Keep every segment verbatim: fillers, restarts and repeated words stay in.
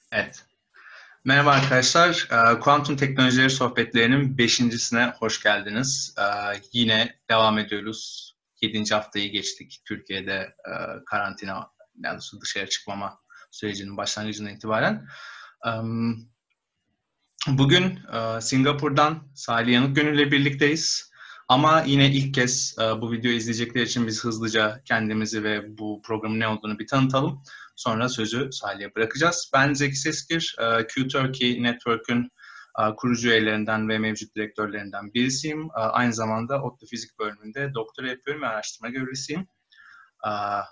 Evet. Merhaba arkadaşlar. Ee, Kuantum teknolojileri sohbetlerinin beşincisine hoş geldiniz. Ee, yine devam ediyoruz. Yedinci haftayı geçtik. Türkiye'de e, karantina, yani dışarı çıkmama sürecinin başlangıcından itibaren. Ee, Bugün e, Singapur'dan Salih Yanıkgönül ile birlikteyiz. Ama yine ilk kez e, bu videoyu izleyecekler için biz hızlıca kendimizi ve bu programın ne olduğunu bir tanıtalım. Sonra sözü Salih'e bırakacağız. Ben Zeki Seskir, e, Q Turkey Network'ün e, kurucu üyelerinden ve mevcut direktörlerinden birisiyim. E, aynı zamanda ODTÜ Fizik bölümünde doktora yapıyorum ve araştırma görevlisiyim. E,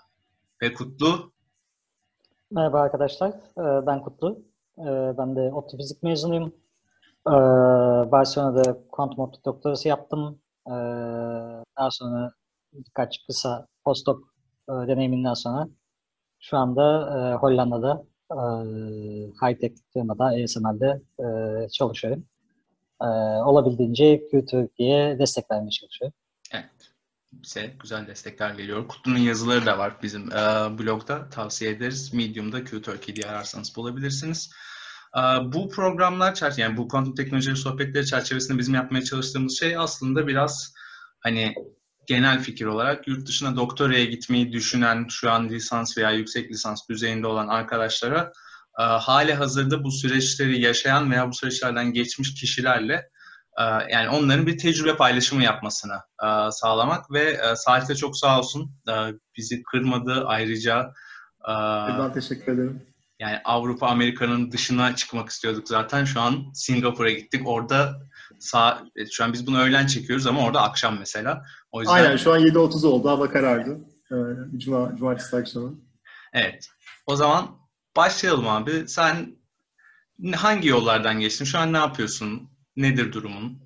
ve Kutlu. Merhaba arkadaşlar, Ee, ben Kutlu. Ee, Ben de ODTÜ Fizik mezunuyum. Ee, Barcelona'da kuantum optik doktorası yaptım. Ee, Daha sonra birkaç kısa postdoc e, deneyiminden sonra şu anda e, Hollanda'da e, high-tech firmada A S M L'de e, çalışıyorum. E, Olabildiğince Q Türkiye'ye destek vermeye çalışıyorum. Evet. Bize güzel destekler geliyor. Kutlu'nun yazıları da var bizim e, blogda. Tavsiye ederiz. Medium'da Q Turkey diye ararsanız bulabilirsiniz. E, bu programlar çerçevesinde, yani bu kuantum teknolojileri sohbetleri çerçevesinde bizim yapmaya çalıştığımız şey aslında biraz hani genel fikir olarak yurt dışına doktoraya gitmeyi düşünen, şu an lisans veya yüksek lisans düzeyinde olan arkadaşlara e, hali hazırda bu süreçleri yaşayan veya bu süreçlerden geçmiş kişilerle yani onların bir tecrübe paylaşımı yapmasını sağlamak ve Salih de çok sağ olsun bizi kırmadı. Ayrıca Ben teşekkür ederim. yani Avrupa, Amerika'nın dışına çıkmak istiyorduk zaten. Şu an Singapur'a gittik. Orada sağ, şu an biz bunu öğlen çekiyoruz ama orada akşam mesela. O yüzden... Aynen, şu an yedi otuz oldu. Hava karardı. Cuma, cumartesi akşamı. Evet. O zaman başlayalım abi. Sen hangi yollardan geçtin? Şu an ne yapıyorsun? Nedir durumun?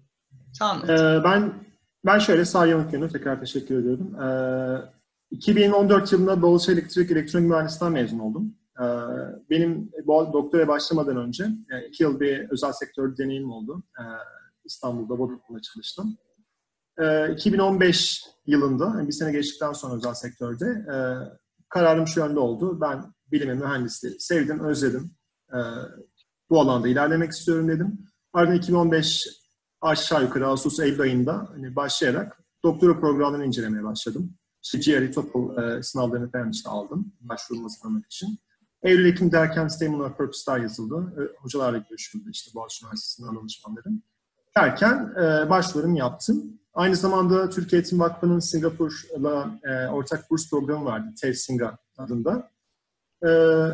Ee, ben ben şöyle Salih Yanıkgönül tekrar teşekkür ediyorum. Ee, iki bin on dört yılında Boğaziçi Elektrik Elektronik Mühendisliğinden mezun oldum. Ee, benim doktora başlamadan önce yani iki yıl bir özel sektör deneyimim oldu. Ee, İstanbul'da Vodafoone'da çalıştım. Ee, iki bin on beş yılında, yani bir sene geçtikten sonra özel sektörde e, kararım şu yönde oldu. Ben bilimi, mühendisliği sevdim, özledim. Ee, bu alanda ilerlemek istiyorum dedim. Ardından iki bin on beş aşağı yukarı Ağustos-Eylül ayında hani başlayarak doktora programlarını incelemeye başladım. İşte G R E, TOEFL e, sınavlarını falan işte aldım başvurumu hazırlamak için. Eylül-Ekim derken Statement of Purpose'lar yazıldı. E, hocalarla görüşüldü işte Boğaziçi Üniversitesi'nin ana danışmanları. Derken e, başvurumu yaptım. Aynı zamanda Türkiye Eğitim Vakfı'nın Singapur'la e, ortak burs programı vardı. TEV Singa adında. E,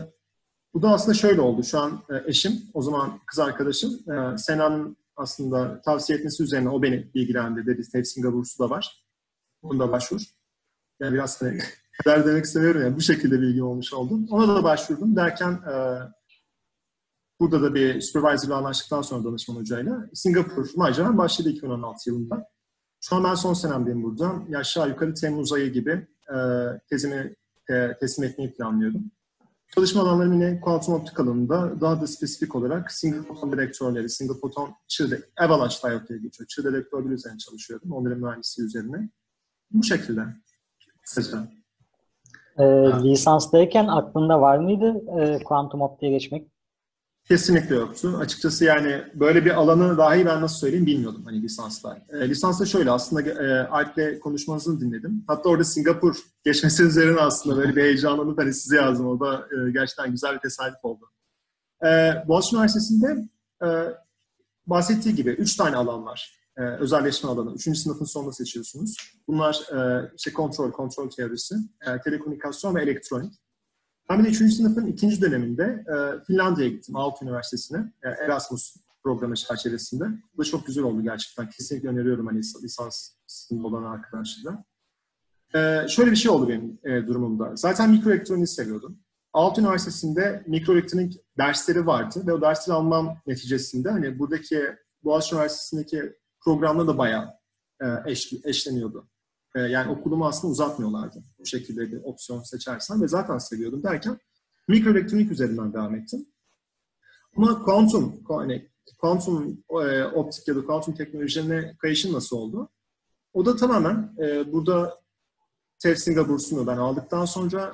bu da aslında şöyle oldu. Şu an e, eşim, o zaman kız arkadaşım, e, Sena'nın aslında tavsiye etmesi üzerine o beni bilgilendirdi. Dedi, TEV Singa bursu da var. Onu da başvur. Yani biraz hani, kadar demek istemiyorum yani bu şekilde bilgi olmuş oldum. Ona da başvurdum derken e, burada da bir supervisor'la anlaştıktan sonra danışman hocayla Singapur maceram başladı iki bin on altı yılında. Şu an ben son senemdeyim burada. Ya aşağı yukarı Temmuz ayı gibi e, tezimi e, teslim etmeyi planlıyorum. Çalışma alanlarım yine kuantum optik alanında, daha da spesifik olarak single photon dedektörleri, single photon çığ, avalanche diode diye geçiyor. Çığ dedektörleri üzerine çalışıyorum. Onların mühendisliği üzerine. Bu şekilde. Kısaca. Ee, lisanstayken aklında var mıydı e, kuantum optiğe geçmek? Kesinlikle yoktu. Açıkçası yani böyle bir alanı dahi ben nasıl söyleyeyim bilmiyordum hani lisansla. E, lisansta şöyle aslında e, Alp'le konuşmanızı dinledim. Hatta orada Singapur geçmesi üzerine aslında böyle bir heyecanlanıp hani size yazdım. O da e, gerçekten güzel bir tesadüf oldu. E, Boğaziçi Üniversitesi'nde e, bahsettiği gibi üç tane alan var. E, özelleşme alanı. Üçüncü sınıfın sonunda seçiyorsunuz. Bunlar e, işte kontrol, kontrol teorisi, e, telekomünikasyon ve elektronik. Ben bir de üçüncü sınıfın ikinci döneminde e, Finlandiya'ya gittim, Aalto Üniversitesi'ne. E, Erasmus programı çerçevesinde. Bu da çok güzel oldu gerçekten. Kesinlikle öneriyorum hani lisansında olan arkadaşlara. E, şöyle bir şey oldu benim e, durumumda. Zaten mikroelektroniği seviyordum. Aalto Üniversitesi'nde mikroelektronik dersleri vardı ve o dersleri almam neticesinde hani buradaki Boğaziçi Üniversitesi'ndeki programla da bayağı e, eş, eşleniyordu. Yani okulumu aslında uzatmıyorlardı. Bu şekilde bir opsiyon seçersen ve zaten seviyordum derken mikroelektronik üzerinden devam ettim. Ama kuantum, hani kuantum e, optik ya da kuantum teknolojilerine kayışım nasıl oldu? O da tamamen e, burada TEV Singa bursunu ben aldıktan sonra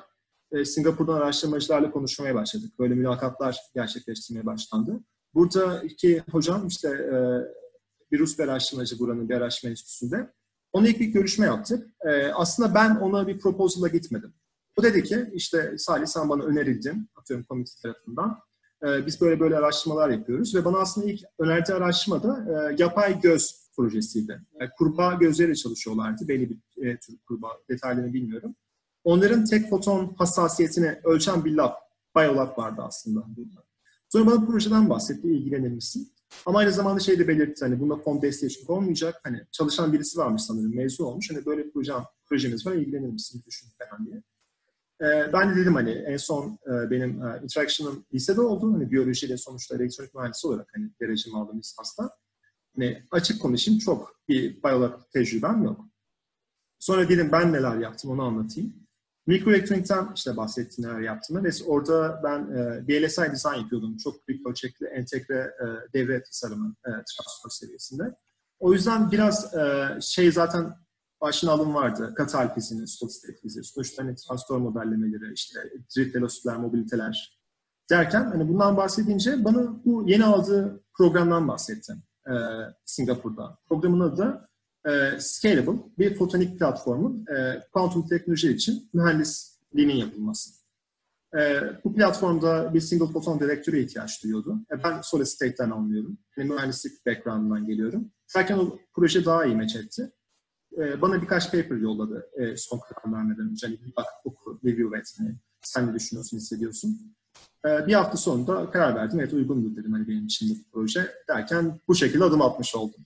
e, Singapur'dan araştırmacılarla konuşmaya başladık. Böyle mülakatlar gerçekleştirmeye başlandı. Buradaki hocam işte e, bir Rus bir araştırmacı buranın bir araştırma enstitüsünde. Onunla ilk bir görüşme yaptık. E, aslında ben ona bir proposal'a gitmedim. O dedi ki işte Salih sen bana önerildin, atıyorum komite tarafından. E, biz böyle böyle araştırmalar yapıyoruz ve bana aslında ilk önerdiği araştırma da e, yapay göz projesiydi. E, kurbağa gözleriyle çalışıyorlardı. Belli bir e, tür kurbağa, detaylarını bilmiyorum. Onların tek foton hassasiyetini ölçen bir lab, biolab vardı aslında burada. Sonra bana projeden bahsetti, ilgilenir misin? Ama aynı zamanda şey de belirtti, hani bunda fon desteği çünkü olmayacak. Hani çalışan birisi varmış sanırım, mezun olmuş. Hani böyle bir projem, projemiz var, ilgilenir misin? Düşün falan diye. Ee, ben de dedim hani en son e, benim e, interaction'ım lisede oldu. Hani biyolojiyle sonuçta elektronik mühendisi olarak hani derecemi aldım lisansta. Hani açık konuşayım, çok bir biyolog tecrübem yok. Sonra dedim ben neler yaptım onu anlatayım. Mikroelektronikten işte bahsettiğim neler yaptığımı ve orada ben e, V L S I design yapıyordum. Çok büyük ölçekli entegre e, devre tasarımı e, transfer seviyesinde. O yüzden biraz e, şey zaten başına alım vardı. Katal fiziği, solid fiziği, sonuçta hani transfer modellemeleri, işte drift velocity'ler, mobiliteler derken hani bundan bahsedince bana bu yeni aldığı programdan bahsetti e, Singapur'da. Programın adı da E, Scalable, bir fotonik platformun e, kuantum teknoloji için mühendisliğinin yapılması. E, bu platformda bir single photon detektöre ihtiyaç duyuyordu. E, ben solid state'ten anlıyorum. Yani mühendislik background'dan geliyorum. Derken o proje daha iyi meç etti. E, bana birkaç paper yolladı e, son karar vermeden önce. Hani bir bak, oku, review et. Hani, sen ne düşünüyorsun, hissediyorsun. E, bir hafta sonunda karar verdim. Evet uygundur dedim hani benim için bu proje. Derken bu şekilde adım atmış oldum.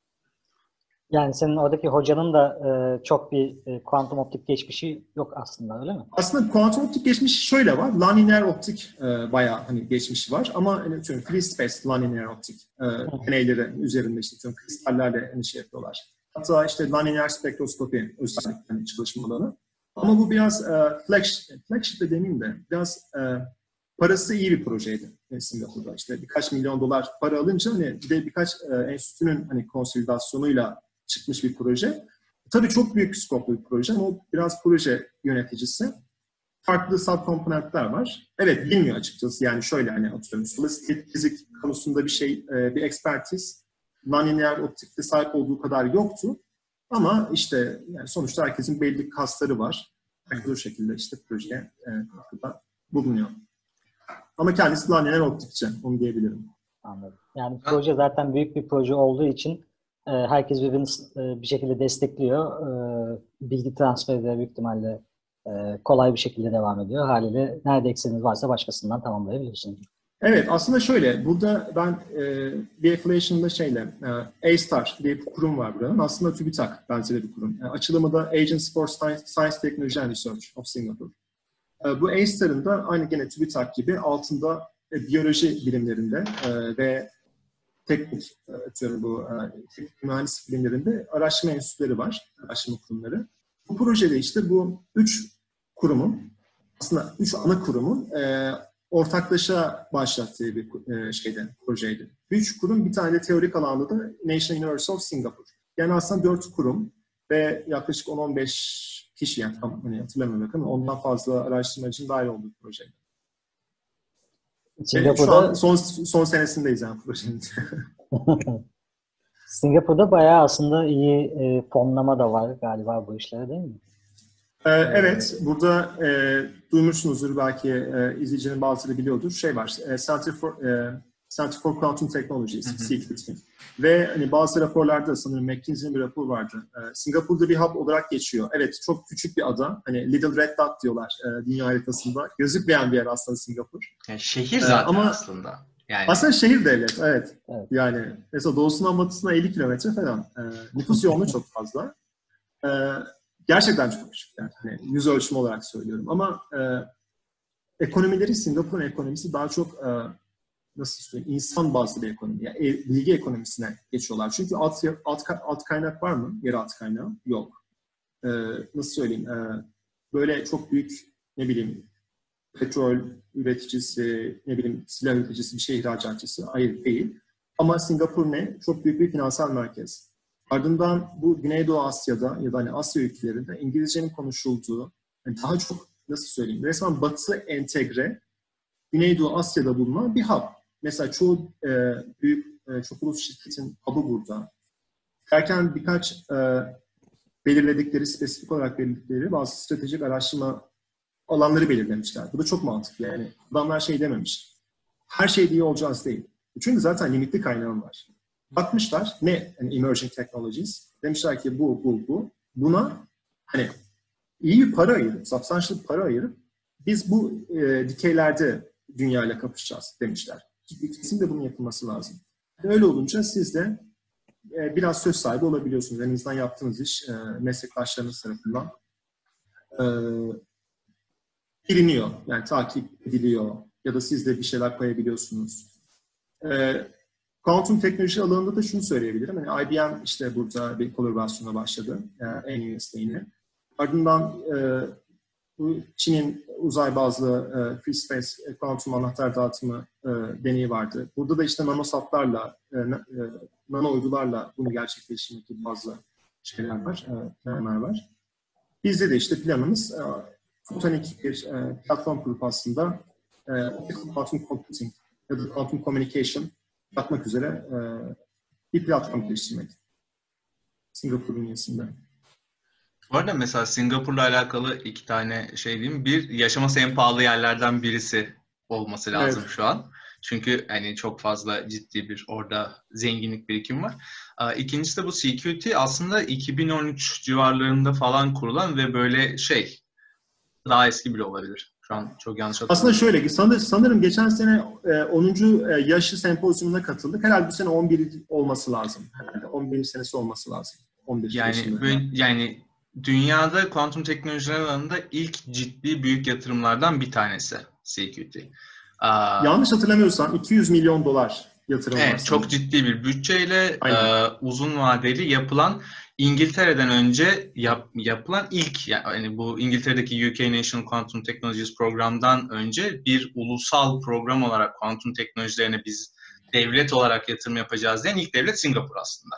Yani senin oradaki hocanın da e, çok bir e, kuantum optik geçmişi yok aslında, öyle mi? Aslında kuantum optik geçmişi şöyle var. Nonlinear optik e, bayağı hani geçmişi var ama hani diyorum free space nonlinear optik e, deneyleri üzerinde işte diyorum kristallerle hani şey yapıyorlar. Hatta işte nonlinear spektroskopi özellikle hani çalışma alanı. Ama bu biraz e, flagship, flagship de demeyeyim de biraz e, parası iyi bir projeydi Singapur'da. İşte birkaç milyon dolar para alınca hani bir de birkaç e, enstitünün hani konsolidasyonuyla çıkmış bir proje. Tabii çok büyük skoplu bir proje ama o biraz proje yöneticisi. Farklı subkomponentler var. Evet bilmiyor açıkçası. Yani şöyle hani atıyorum solid state fizik konusunda bir şey, bir ekspertiz nonlinear optikte sahip olduğu kadar yoktu. Ama işte yani sonuçta herkesin belli kasları var. Bu şekilde işte projeye katkıda bulunuyor. Ama kendisi nonlinear optikçi, onu diyebilirim. Anladım. Yani proje zaten büyük bir proje olduğu için e, herkes birbirini e, bir şekilde destekliyor. E, bilgi transferi de büyük ihtimalle e, kolay bir şekilde devam ediyor. Haliyle nerede eksiğiniz varsa başkasından tamamlayabiliyorsunuz. Evet, aslında şöyle, burada ben e, bir affiliation'da şeyle, e, A-Star diye bir kurum var buranın. Aslında TÜBİTAK benzeri bir kurum. Yani açılımı da Agency for Science, Science Technology and Research of Singapore. E, bu A-Star'ın da aynı gene TÜBİTAK gibi altında e, biyoloji bilimlerinde e, ve teknik, atıyorum bu e, teknik mühendislik bilimlerinde araştırma enstitüleri var, araştırma kurumları. Bu projede işte bu üç kurumun, aslında üç ana kurumun e, ortaklaşa başlattığı bir e, şeyden, projeydi. Üç kurum, bir tane de teorik alanda da National University of Singapore. Yani aslında dört kurum ve yaklaşık on on beş kişi, yani tam hani hatırlamıyorum ama ondan fazla araştırmacının dahil olduğu projeydi. Singapur'da... Şu an son, son senesindeyiz yani projenin. Singapur'da bayağı aslında iyi e, fonlama da var galiba bu işlere, değil mi? Ee, evet, burada e, duymuşsunuzdur belki e, izleyicinin bazıları biliyordur. Şey var, e, Center for e, Center for Quantum Technologies, C Q T. Ve hani bazı raporlarda sanırım McKinsey'nin bir rapor vardı. E, Singapur'da bir hub olarak geçiyor. Evet, çok küçük bir ada. Hani Little Red Dot diyorlar e, dünya haritasında. Gözükmeyen bir yer aslında Singapur. Yani şehir zaten e, ama aslında. Yani... Aslında şehir devlet, evet. evet. Yani mesela doğusundan batısına elli kilometre falan. E, nüfus yoğunluğu çok fazla. E, gerçekten çok küçük. Yani hani yüz ölçümü olarak söylüyorum. Ama e, ekonomileri, Singapur'un ekonomisi daha çok e, nasıl söyleyeyim, insan bazlı bir ekonomi. Yani bilgi ekonomisine geçiyorlar. Çünkü alt, alt, alt kaynak var mı? Yer alt kaynağı? Yok. E, nasıl söyleyeyim? E, böyle çok büyük, ne bileyim, petrol üreticisi, ne bileyim silah üreticisi, bir şey ihracatçısı, hayır değil. Ama Singapur ne? Çok büyük bir finansal merkez. Ardından bu Güneydoğu Asya'da ya da hani Asya ülkelerinde İngilizcenin konuşulduğu, yani daha çok nasıl söyleyeyim, resmen Batı entegre, Güneydoğu Asya'da bulunan bir hub. Mesela çoğu e, büyük e, çok ulus şirketin hub'ı burada. Derken birkaç e, belirledikleri, spesifik olarak belirledikleri bazı stratejik araştırma alanları belirlemişler. Bu da çok mantıklı yani. Adamlar şey dememiş. Her şey iyi olacağız değil. Çünkü zaten limitli kaynağım var. Bakmışlar ne yani emerging technologies. Demişler ki bu, bu, bu. Buna hani iyi bir para ayırıp, substantial bir para ayırıp biz bu e, dikeylerde dünyayla kapışacağız demişler. Kesinlikle bunun yapılması lazım. Öyle olunca siz de e, biraz söz sahibi olabiliyorsunuz. En azından yaptığınız iş e, meslektaşlarınız tarafından e, biliniyor. Yani takip ediliyor. Ya da siz de bir şeyler koyabiliyorsunuz. E, Kuantum teknoloji alanında da şunu söyleyebilirim. Yani I B M işte burada bir kolaborasyona başladı. E, en iyi mesleğini. Ardından e, bu Çin'in uzay bazlı e, Free Space e, kuantum anahtar dağıtımı e, deneyi vardı. Burada da işte nanosatlarla, e, e, nano uydularla bunu gerçekleştirmek gibi bazı şeyler var, e, planlar var. Bizde de işte planımız e, fotonik bir e, platform kurup aslında e, quantum computing ya da quantum communication yapmak üzere e, bir platform geliştirmek. Singapur'un üyesinde. Bu arada mesela Singapur'la alakalı iki tane şey diyeyim. Bir, yaşaması en pahalı yerlerden birisi olması lazım Evet. şu an. Çünkü hani çok fazla ciddi bir orada zenginlik birikimi var. İkincisi de bu C Q T aslında iki bin on üç civarlarında falan kurulan ve böyle şey daha eski bile olabilir. Şu an çok yanlış hatırlamıyorum. Aslında şöyle, sanır, sanırım geçen sene onuncu yaşı sempozyumuna katıldık. Herhalde bu sene on bir olması lazım. Herhalde on birinci senesi olması lazım. on bir Yani böyle, yani dünyada kuantum teknolojiler alanında ilk ciddi büyük yatırımlardan bir tanesi C Q T. Aa, yanlış hatırlamıyorsam iki yüz milyon dolar yatırım var. evet, çok ciddi bir bütçeyle e, uzun vadeli yapılan, İngiltere'den önce yap, yapılan ilk, yani bu İngiltere'deki U K National Quantum Technologies programdan önce bir ulusal program olarak kuantum teknolojilerine biz devlet olarak yatırım yapacağız diyen ilk devlet Singapur aslında.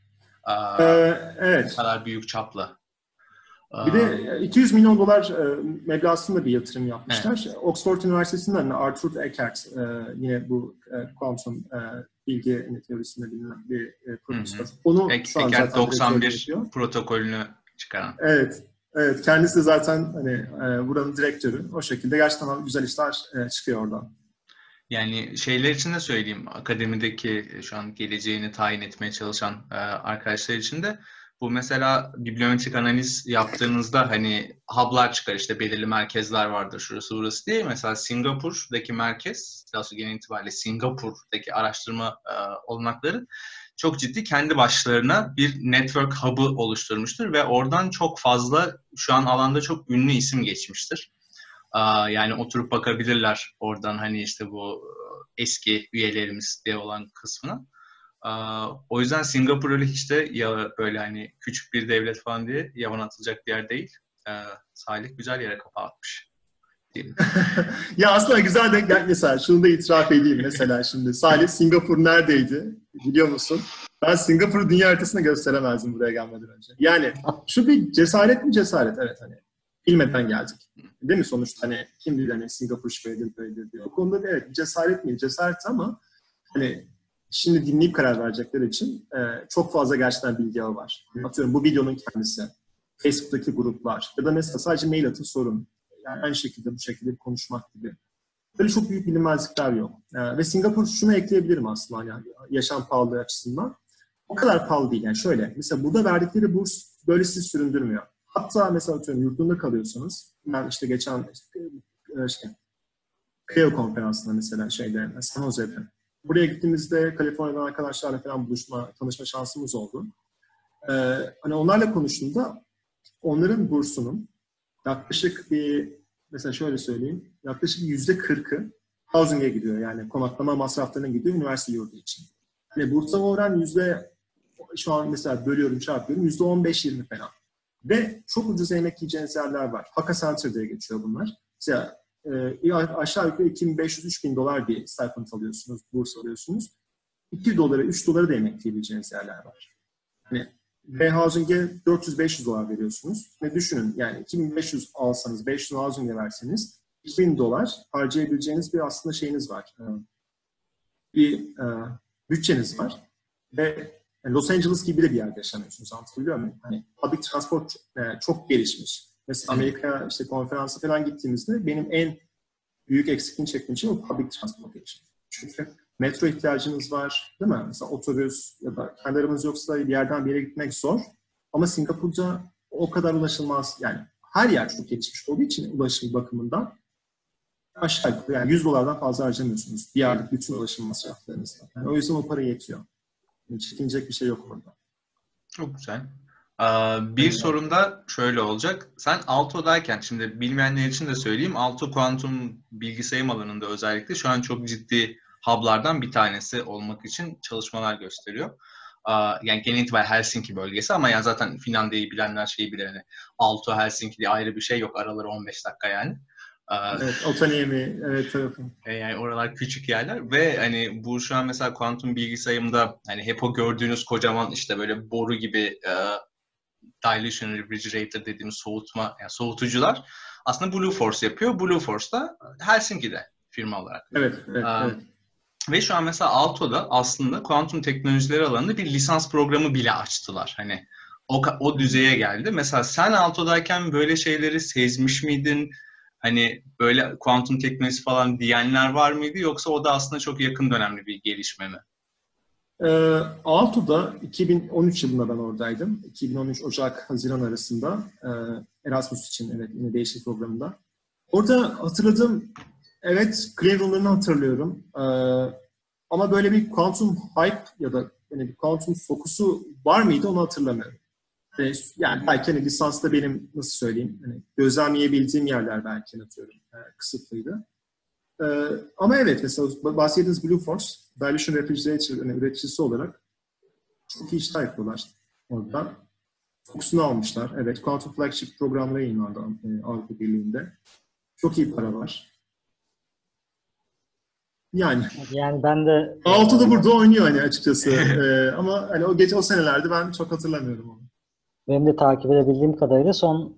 Aa, Ee, evet. Bu kadar büyük çaplı. Bir de iki yüz milyon dolar e, meblağında bir yatırım yapmışlar. Evet. Oxford Üniversitesi'nden Arthur Eckert, e, yine bu e, kuantum e, bilgi teorisinde bilinen bir e, profesör. Onu Ek, şu an Eckert zaten doksan bir protokolünü çıkaran. Evet, evet. Kendisi de zaten hani e, buranın direktörü. O şekilde gerçekten güzel işler e, çıkıyor oradan. Yani şeyler için de söyleyeyim, akademideki şu an geleceğini tayin etmeye çalışan e, arkadaşlar için de bu mesela bibliometrik analiz yaptığınızda hani hub'lar çıkar, işte belirli merkezler vardır şurası burası diye. Mesela Singapur'daki merkez, daha sonra genel itibariyle Singapur'daki araştırma e, olanakları çok ciddi kendi başlarına bir network hub'ı oluşturmuştur ve oradan çok fazla şu an alanda çok ünlü isim geçmiştir. Yani oturup bakabilirler oradan hani işte bu eski üyelerimiz diye olan kısmına. O yüzden Singapur öyle hiç de ya böyle hani küçük bir devlet falan diye yavan atılacak bir yer değil. Salih güzel yere kafa atmış. Ya aslında güzel denk geldi. Mesela şunu da itiraf edeyim mesela şimdi. Salih, Singapur neredeydi? Biliyor musun? Ben Singapur'u dünya haritasında gösteremezdim buraya gelmeden önce. Yani şu bir cesaret mi cesaret? Evet hani bilmeden geldik. Değil mi sonuçta hani kim bilir hani Singapur şöyledir böyledir diyor. O konuda da evet cesaret mi? Cesaret ama hani şimdi dinleyip karar verecekleri için e, çok fazla gerçekten bilgi ağı var. Atıyorum bu videonun kendisi, Facebook'taki gruplar ya da mesela sadece mail atın sorun. Yani aynı şekilde bu şekilde konuşmak gibi. Böyle çok büyük bilinmezlikler yok. Ee, ve Singapur şunu ekleyebilirim aslında yani yaşam pahalılığı açısından. O kadar pahalı değil. Yani şöyle, mesela burada verdikleri burs böyle sizi süründürmüyor. Hatta mesela atıyorum yurtunda kalıyorsanız, ben işte geçen işte, işte Creo konferansında mesela şeyde, San Jose'de. Buraya gittiğimizde Kaliforniya'dan arkadaşlarla falan buluşma, tanışma şansımız oldu. Ee, hani onlarla konuştuğumda onların bursunun yaklaşık bir, mesela şöyle söyleyeyim, yaklaşık yüzde kırkı housing'e gidiyor. Yani konaklama masraflarına gidiyor üniversite yurdu için. Yani bursa oran yüzde, şu an mesela bölüyorum çarpıyorum, yüzde on beş yirmi falan. Ve çok ucuz yemek yiyeceğiniz yerler var. Haka Center diye geçiyor bunlar. Mesela e, aşağı yukarı iki bin beş yüz üç bin dolar bir stipend alıyorsunuz, burs alıyorsunuz. iki dolara, üç dolara da yemek yiyebileceğiniz yerler var. Yani ve housing'e dört yüz beş yüz dolar veriyorsunuz. Ve düşünün yani iki bin beş yüz alsanız, beş yüz housing'e verseniz iki bin dolar harcayabileceğiniz bir aslında şeyiniz var. Bir e, bütçeniz var. Ve Los Angeles gibi de bir yerde yaşamıyorsunuz. Anlatabiliyor muyum? Hani public transport çok, e, çok gelişmiş. Mesela Amerika'ya işte konferansa falan gittiğimizde benim en büyük eksikliğini çektiğim şey o public transportation. Çünkü metro ihtiyacınız var, değil mi? Mesela otobüs ya da kendi arabanız yoksa bir yerden bir yere gitmek zor. Ama Singapur'da o kadar ulaşılmaz. Yani her yer çok gelişmiş olduğu için ulaşım bakımından aşağı yukarı yani yüz dolardan fazla harcamıyorsunuz. Bir yerdeki bütün ulaşım masraflarınızda. Yani o yüzden o para yetiyor. Yani çekinecek bir şey yok orada. Çok güzel. Ee, bir sorum da şöyle olacak. Sen Aalto'dayken, şimdi bilmeyenler için de söyleyeyim, Aalto kuantum bilgisayım alanında özellikle şu an çok ciddi hub'lardan bir tanesi olmak için çalışmalar gösteriyor. Ee, yani genel itibariyle Helsinki bölgesi ama yani zaten Finlandiya'yı bilenler şeyi bilir. Hani Aalto, Helsinki diye ayrı bir şey yok. Araları on beş dakika yani. Evet, Otaniemi, evet tarafım. Yani oralar küçük yerler ve hani bu şu an mesela kuantum bilgisayımda hani hep o gördüğünüz kocaman işte böyle boru gibi e, dilution refrigerator dediğimiz soğutma, yani soğutucular aslında Blue Force yapıyor. Blue Force da Helsinki'de firma olarak. Evet, evet, Um, evet. Ve şu an mesela Aalto'da aslında kuantum teknolojileri alanında bir lisans programı bile açtılar. Hani o, o düzeye geldi. Mesela sen Aalto'dayken böyle şeyleri sezmiş miydin? Hani böyle kuantum teknolojisi falan diyenler var mıydı? Yoksa o da aslında çok yakın dönemli bir gelişme mi? Ee, Aalto'da iki bin on üç yılında ben oradaydım. iki bin on üç Ocak-Haziran arasında e, Erasmus için evet yine değişik programında. Orada hatırladığım, evet clean room'larını hatırlıyorum. Ee, ama böyle bir kuantum hype ya da yani bir kuantum fokusu var mıydı onu hatırlamıyorum. Ee, yani belki hani lisansta benim nasıl söyleyeyim hani gözlemleyebildiğim yerler belki atıyorum e, kısıtlıydı. Ee, ama evet mesela bahsettiğiniz Blue Force, Dilution Refrigerator yani üreticisi olarak çok iyi işler yapıyorlar orada. Fokusunu almışlar. Evet, Quantum Flagship programları yayınlandı e, Avrupa Birliği'nde. Çok iyi para var. Yani. Yani ben de Altı da e, burada oynuyor hani açıkçası. e, ama hani o geç o senelerde ben çok hatırlamıyorum onu. benim de takip edebildiğim kadarıyla son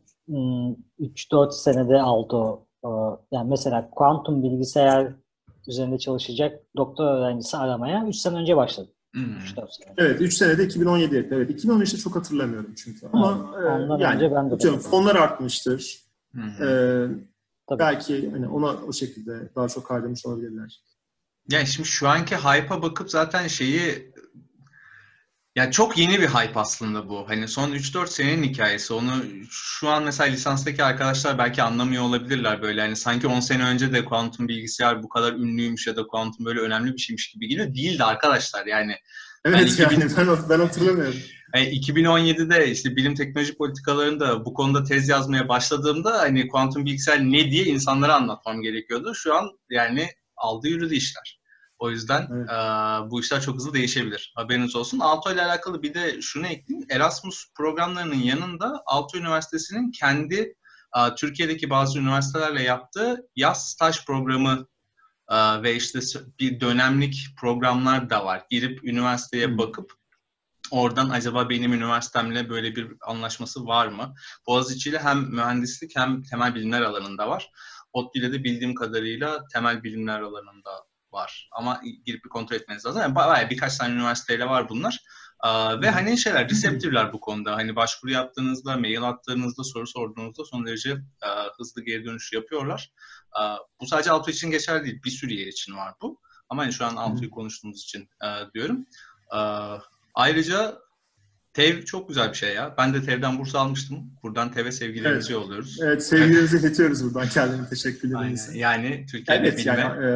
üç dört senede Aalto e, yani mesela kuantum bilgisayar üzerinde çalışacak doktor öğrencisi aramaya üç sene önce başladı. Hmm. üç dört sene. Evet, üç senede iki bin on yedi. Evet, iki bin on üçte çok hatırlamıyorum çünkü. Ama Evet, ondan e, yani önce ben de atıyorum, de fonlar artmıştır. Hmm. E, Tabii. belki hani ona o şekilde daha çok harcamış olabilirler. Yani şimdi şu anki hype'a bakıp zaten şeyi, yani çok yeni bir hype aslında bu. Hani son üç dört senenin hikayesi. Onu şu an mesela lisanstaki arkadaşlar belki anlamıyor olabilirler böyle. Hani sanki on sene önce de kuantum bilgisayar bu kadar ünlüymüş ya da kuantum böyle önemli bir şeymiş gibi geliyor. Değildi arkadaşlar yani. Evet ben iki bin, yani ben, ben hatırlamıyorum. yani iki bin on yedide işte bilim teknoloji politikalarında bu konuda tez yazmaya başladığımda hani kuantum bilgisayar ne diye insanlara anlatmam gerekiyordu. Şu an yani aldı yürüdü işler. O yüzden Evet. e, bu işler çok hızlı değişebilir. Haberiniz olsun. Aalto ile alakalı bir de şunu ekleyeyim. Erasmus programlarının yanında Aalto Üniversitesi'nin kendi e, Türkiye'deki bazı üniversitelerle yaptığı yaz staj programı e, ve işte bir dönemlik programlar da var. Girip üniversiteye Hmm. bakıp oradan acaba benim üniversitemle böyle bir anlaşması var mı? Boğaziçi ile hem mühendislik hem temel bilimler alanında var. ODTÜ'yle de bildiğim kadarıyla temel bilimler alanında var. Ama girip bir kontrol etmeniz lazım. Yani bayağı birkaç tane üniversiteyle var bunlar. Ee, ve hani şeyler, receptive'ler bu konuda. Hani başvuru yaptığınızda, mail attığınızda, soru sorduğunuzda son derece e, hızlı geri dönüş yapıyorlar. E, bu sadece Aalto için geçerli değil. Bir sürü yer için var bu. Ama hani şu an Aalto'yu konuştuğumuz için e, diyorum. E, ayrıca TEV çok güzel bir şey ya. Ben de TEV'den burs almıştım. Buradan TEV'e sevgilerimizi Evet. yolluyoruz. Evet, sevgilerimizi iletiyoruz buradan kendine teşekkürlerimizi. Aynen. Yani Türkiye'de Evet bilme. yani e,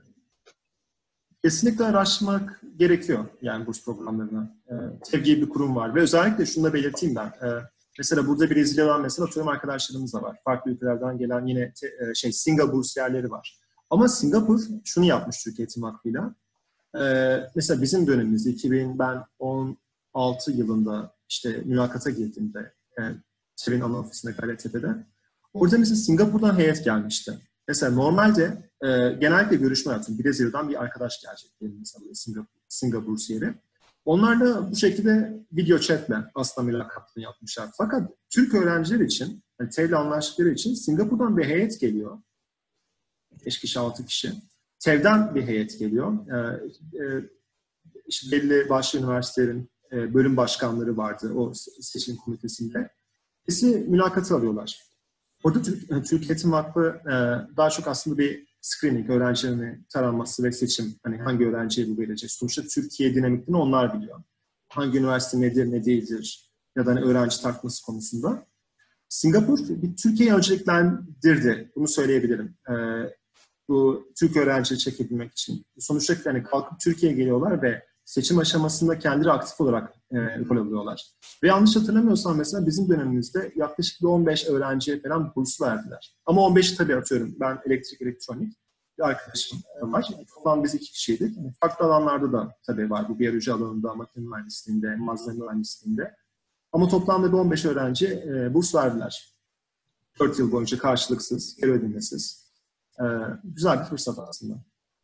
kesinlikle araştırmak gerekiyor yani burs programlarına. E, TEV gibi bir kurum var ve özellikle şunu da belirteyim ben. E, mesela burada Brezilya'dan mesela atıyorum arkadaşlarımız da var. Farklı ülkelerden gelen yine te, e, şey Singapur bursiyerleri var. Ama Singapur şunu yapmış Türk Eğitim Vakfı'yla. E, mesela bizim dönemimizde iki bin on altı yılında işte mülakata girdiğimde e, TEV'in ana ofisinde Gayrettepe'de. Orada mesela Singapur'dan heyet gelmişti. Mesela normalde e, genellikle görüşme yaptım. Brezilya'dan bir arkadaş gelecek benim mesela Singapur, Singapur bursiyeri. Onlar da bu şekilde video chatle aslında mülakatını yapmışlar. Fakat Türk öğrenciler için, yani T E V'le anlaştıkları için Singapur'dan bir heyet geliyor. beş kişi, altı kişi. T E V'den bir heyet geliyor. Ee, e, işte belli başlı üniversitelerin e, bölüm başkanları vardı o seçim komitesinde. Birisi mülakatı alıyorlar. Orada Türk, Türk Eğitim Vakfı e, daha çok aslında bir screening, öğrencilerin taranması ve seçim. Hani hangi öğrenciye bu verecek? Sonuçta Türkiye dinamiklerini onlar biliyor. Hangi üniversite nedir, ne değildir ya da hani öğrenci tartması konusunda. Singapur bir Türkiye'yi önceliklendirdi. Bunu söyleyebilirim. E, bu Türk öğrenciyi çekebilmek için. Sonuçta hani kalkıp Türkiye'ye geliyorlar ve seçim aşamasında kendileri aktif olarak e, rol alıyorlar. Ve yanlış hatırlamıyorsam mesela bizim dönemimizde yaklaşık bir on beş öğrenciye falan burs verdiler. Ama on beşi tabii atıyorum. Ben elektrik, elektronik bir arkadaşım var. Toplam biz iki kişiydik. Yani farklı alanlarda da tabii var. Bu biyoloji alanında, makine mühendisliğinde, malzeme mühendisliğinde. Ama toplamda bir on beş öğrenci e, burs verdiler. dört yıl boyunca karşılıksız, geri ödemesiz. E, güzel bir fırsat aslında.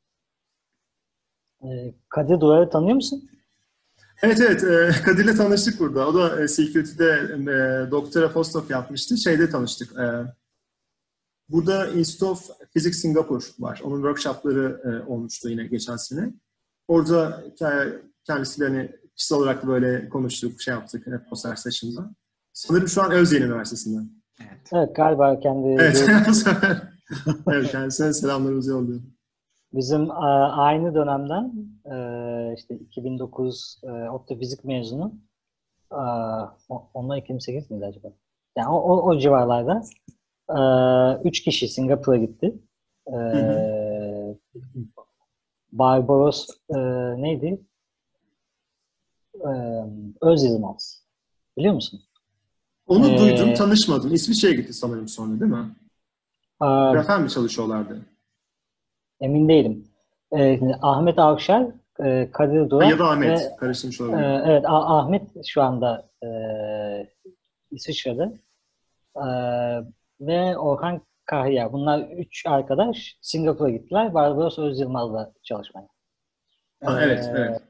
Ee, Kadir Duvar'ı tanıyor musun? Evet evet, e, Kadir'le tanıştık burada. O da e, C Q T'de e, doktora postdoc yapmıştı. Şeyde tanıştık. E, burada Institute of Physics Singapore var. Onun workshopları e, olmuştu yine geçen sene. Orada kendisiyle hani kişisel olarak da böyle konuştuk, şey yaptık e, poster session'da. Sanırım şu an Özyeğin Üniversitesi'nde. Evet. Evet, galiba kendi... Evet, evet kendisine selamlarımızı yolluyorum. Bizim a, aynı dönemden e, işte iki bin dokuz e, ODTÜ fizik mezunu. E, onlar iki bin sekiz miydi acaba? Yani o, o, o civarlarda e, üç kişi Singapur'a gitti. E, Hı hı. Barbaros e, neydi? E, Öz Yılmaz. Biliyor musun? Onu E, duydum, tanışmadım. İsviçre'ye gitti sanırım sonra değil mi? e, Grafen mi çalışıyorlardı? Emin değilim. E, şimdi Ahmet Avşar, e, Kadir Ha, ya Duran da ve Ahmet. Karıştırmış e, olabilirim. evet A- Ahmet şu anda e, İsviçre'de. E, ve Orhan Kahya. Bunlar üç arkadaş Singapur'a gittiler. Barbaros Öz Yılmaz'la çalışmaya. E, Ha, evet, evet.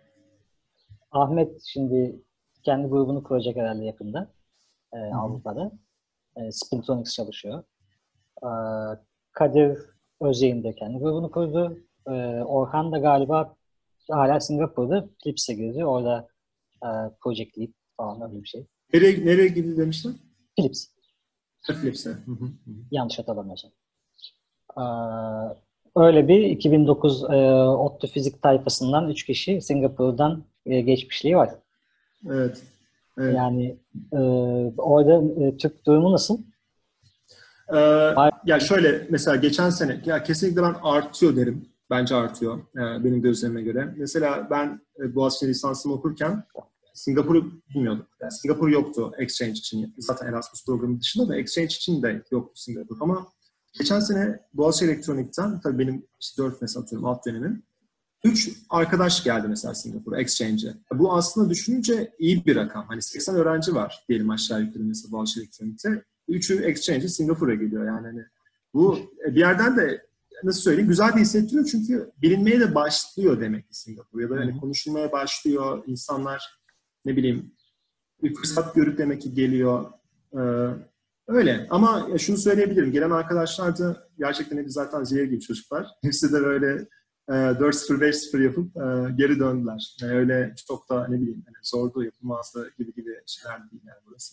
Ahmet şimdi kendi grubunu kuracak herhalde yakında e, Hı hı. Avrupa'da. E, Spintronics çalışıyor. E, Kadir Özyeğin de kendi grubunu kurdu. E, Orhan da galiba hala Singapur'da Philips'e girdi. Orada e, project lead falan öyle bir şey. Nereye, nereye gitti demiştin? Philips. Philips'e. Hı hı, hı. Yanlış hatırlamıyorsam. Ee, öyle bir iki bin dokuz e, ODTÜ fizik tayfasından üç kişi Singapur'dan e, geçmişliği var. Evet. Evet. Yani e, orada e, Türk durumu nasıl? Ee, Var. ya şöyle mesela geçen sene ya kesinlikle ben artıyor derim. Bence artıyor e, benim gözlemime göre. Mesela ben e, Boğaziçi lisansımı okurken Singapur'u bilmiyordum. Yani Singapur yoktu exchange için. Zaten Erasmus programı dışında da exchange için de yoktu Singapur. Ama geçen sene Boğaziçi Elektronik'ten tabii benim işte dört mesela atıyorum alt dönemim. Üç arkadaş geldi mesela Singapur'a exchange'e. Bu aslında düşününce iyi bir rakam. Hani seksen öğrenci var diyelim aşağı yukarı mesela Boğaziçi Elektronik'te. Üçü exchange'e Singapur'a geliyor yani. Hani bu bir yerden de nasıl söyleyeyim güzel de hissettiriyor çünkü bilinmeye de başlıyor demek ki Singapur. Ya da hani konuşulmaya başlıyor. İnsanlar ne bileyim bir fırsat görüp demek ki geliyor. Ee, öyle. Ama şunu söyleyebilirim. Gelen arkadaşlar da gerçekten hepsi zaten zehir gibi çocuklar. Hepsi de böyle dört sıfır beş sıfır yapıp e, geri döndüler. Yani öyle çok da ne bileyim yani zordu yapılmazdı gibi gibi şeyler değil yani burası.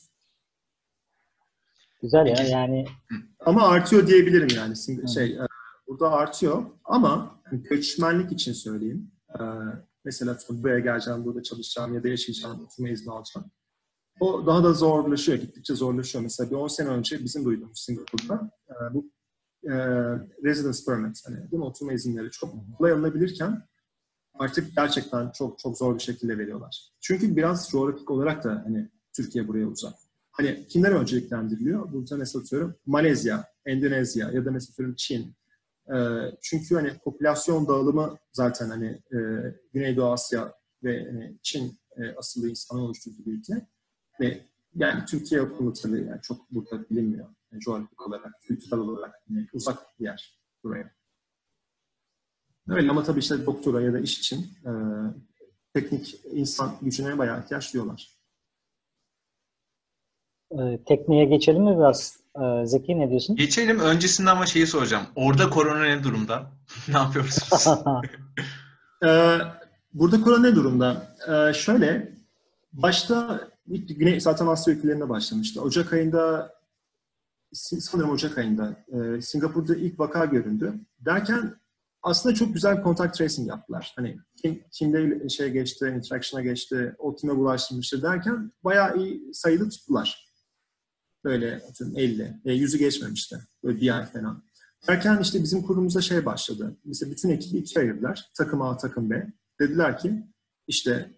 Güzel ya Peki, yani. Ama artıyor diyebilirim yani. Hı. Şey e, burada artıyor ama göçmenlik için söyleyeyim. E, mesela buraya geleceğim, burada çalışacağım ya da yaşayacağım, oturma izni alacağım. O daha da zorlaşıyor, gittikçe zorlaşıyor. Mesela bir on sene önce bizim duyduğumuz Singapur'da e, bu e, residence permit, hani değil mi, oturma izinleri çok kolay alınabilirken artık gerçekten çok çok zor bir şekilde veriyorlar. Çünkü biraz coğrafik olarak da hani Türkiye buraya uzak. Hani kimler önceliklendiriliyor? Burada mesela atıyorum Malezya, Endonezya ya da mesela atıyorum Çin. E, çünkü hani popülasyon dağılımı zaten hani e, Güneydoğu Asya ve hani Çin e, asıllı insanı oluşturduğu bir ülke. Ve yani Türkiye yapımı tabii yani çok burada bilinmiyor. Yani coğrafik olarak, kültürel olarak yani uzak bir yer buraya. Öyle ama tabii işte doktora ya da iş için e, teknik insan gücüne bayağı ihtiyaç duyuyorlar. Ee, tekniğe geçelim mi biraz? Ee, Zeki ne diyorsun? Geçelim. Öncesinde ama şeyi soracağım. Orada korona ne durumda? Ne yapıyorsunuz? Ee, burada korona ne durumda? Ee, şöyle, başta ilk Güney, zaten Asya ülkelerinde başlamıştı. Ocak ayında, sanırım Ocak ayında e, Singapur'da ilk vaka göründü. Derken aslında çok güzel contact tracing yaptılar. Hani kim, kimde şey geçti, interaction'a geçti, o kime bulaştırmıştır derken bayağı iyi sayıda tuttular. Böyle elli, e, yüzü geçmemişti. Böyle bir ay falan. Derken işte bizim kurumumuzda şey başladı. Mesela bütün ekibi ikiye ayırdılar. Takım A, takım B. Dediler ki işte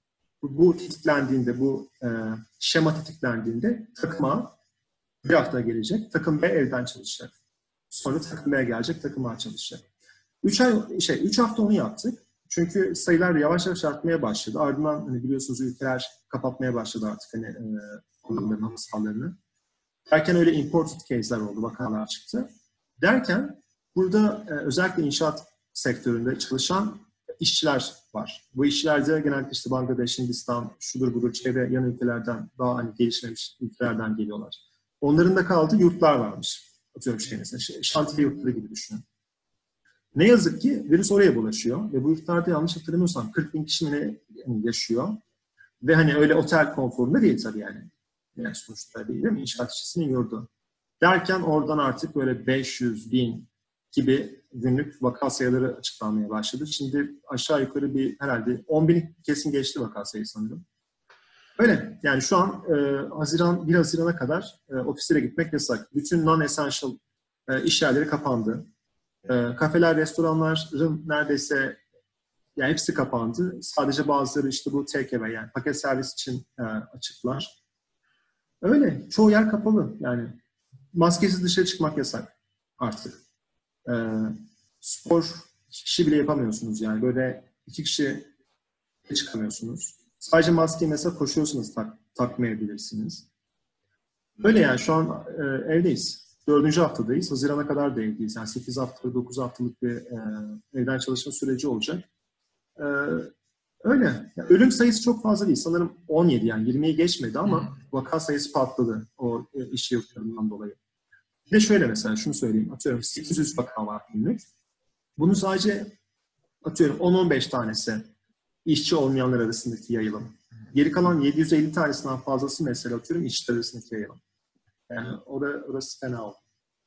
bu tetiklendiğinde, bu e, şema tetiklendiğinde takım A bir hafta gelecek, takım B evden çalışacak. Sonra takım B gelecek, takım A çalışacak. Üç ay, şey, üç hafta onu yaptık. Çünkü sayılar yavaş yavaş artmaya başladı. Ardından hani biliyorsunuz ülkeler kapatmaya başladı artık hani e, onların hava sahalarını. Derken öyle imported case'ler oldu, vakalar çıktı. Derken burada e, özellikle inşaat sektöründe çalışan işçiler var. Bu işçilerde genellikle işte Bangladeş, Hindistan, şudur budur çevre yan ülkelerden daha hani gelişmemiş ülkelerden geliyorlar. Onların da kaldığı yurtlar varmış. Atıyorum şey mesela, şantiye yurtları gibi düşünün. Ne yazık ki virüs oraya bulaşıyor ve bu yurtlarda yanlış hatırlamıyorsam kırk bin kişi mi ne yaşıyor. Ve hani öyle otel konforunda değil tabii yani. Yani sonuçta değil, değil mi? İnşaat işçisinin yurdu. Derken oradan artık böyle beş yüz bin gibi günlük vaka sayıları açıklanmaya başladı. Şimdi aşağı yukarı bir herhalde on bin kesin geçti vaka sayısı sanırım. Öyle. Yani şu an e, Haziran, bir Haziran'a kadar e, ofislere gitmek yasak. Bütün non-essential e, iş yerleri kapandı. E, kafeler, restoranların neredeyse yani hepsi kapandı. Sadece bazıları işte bu take away yani paket servis için e, açıklar. Öyle. Çoğu yer kapalı. Yani maskesiz dışarı çıkmak yasak artık. E, spor iki kişi bile yapamıyorsunuz yani. Böyle iki kişi çıkamıyorsunuz. Sadece maskeyi mesela koşuyorsunuz tak, takmayabilirsiniz. Öyle yani şu an e, evdeyiz. Dördüncü haftadayız. Haziran'a kadar da evdeyiz. Yani sekiz hafta, dokuz haftalık bir e, evden çalışma süreci olacak. E, öyle. Yani ölüm sayısı çok fazla değil. Sanırım on yedi yani yirmiyi geçmedi ama vaka sayısı patladı o e, iş yıllarından dolayı. Bir de şöyle mesela şunu söyleyeyim. Atıyorum sekiz yüz vaka var günlük. Bunu sadece atıyorum on on beş tanesi işçi olmayanlar arasındaki yayılım. Geri kalan yedi yüz elli tanesinden fazlası mesela atıyorum işçiler arasındaki yayılım. Yani orası, orası fena oldu.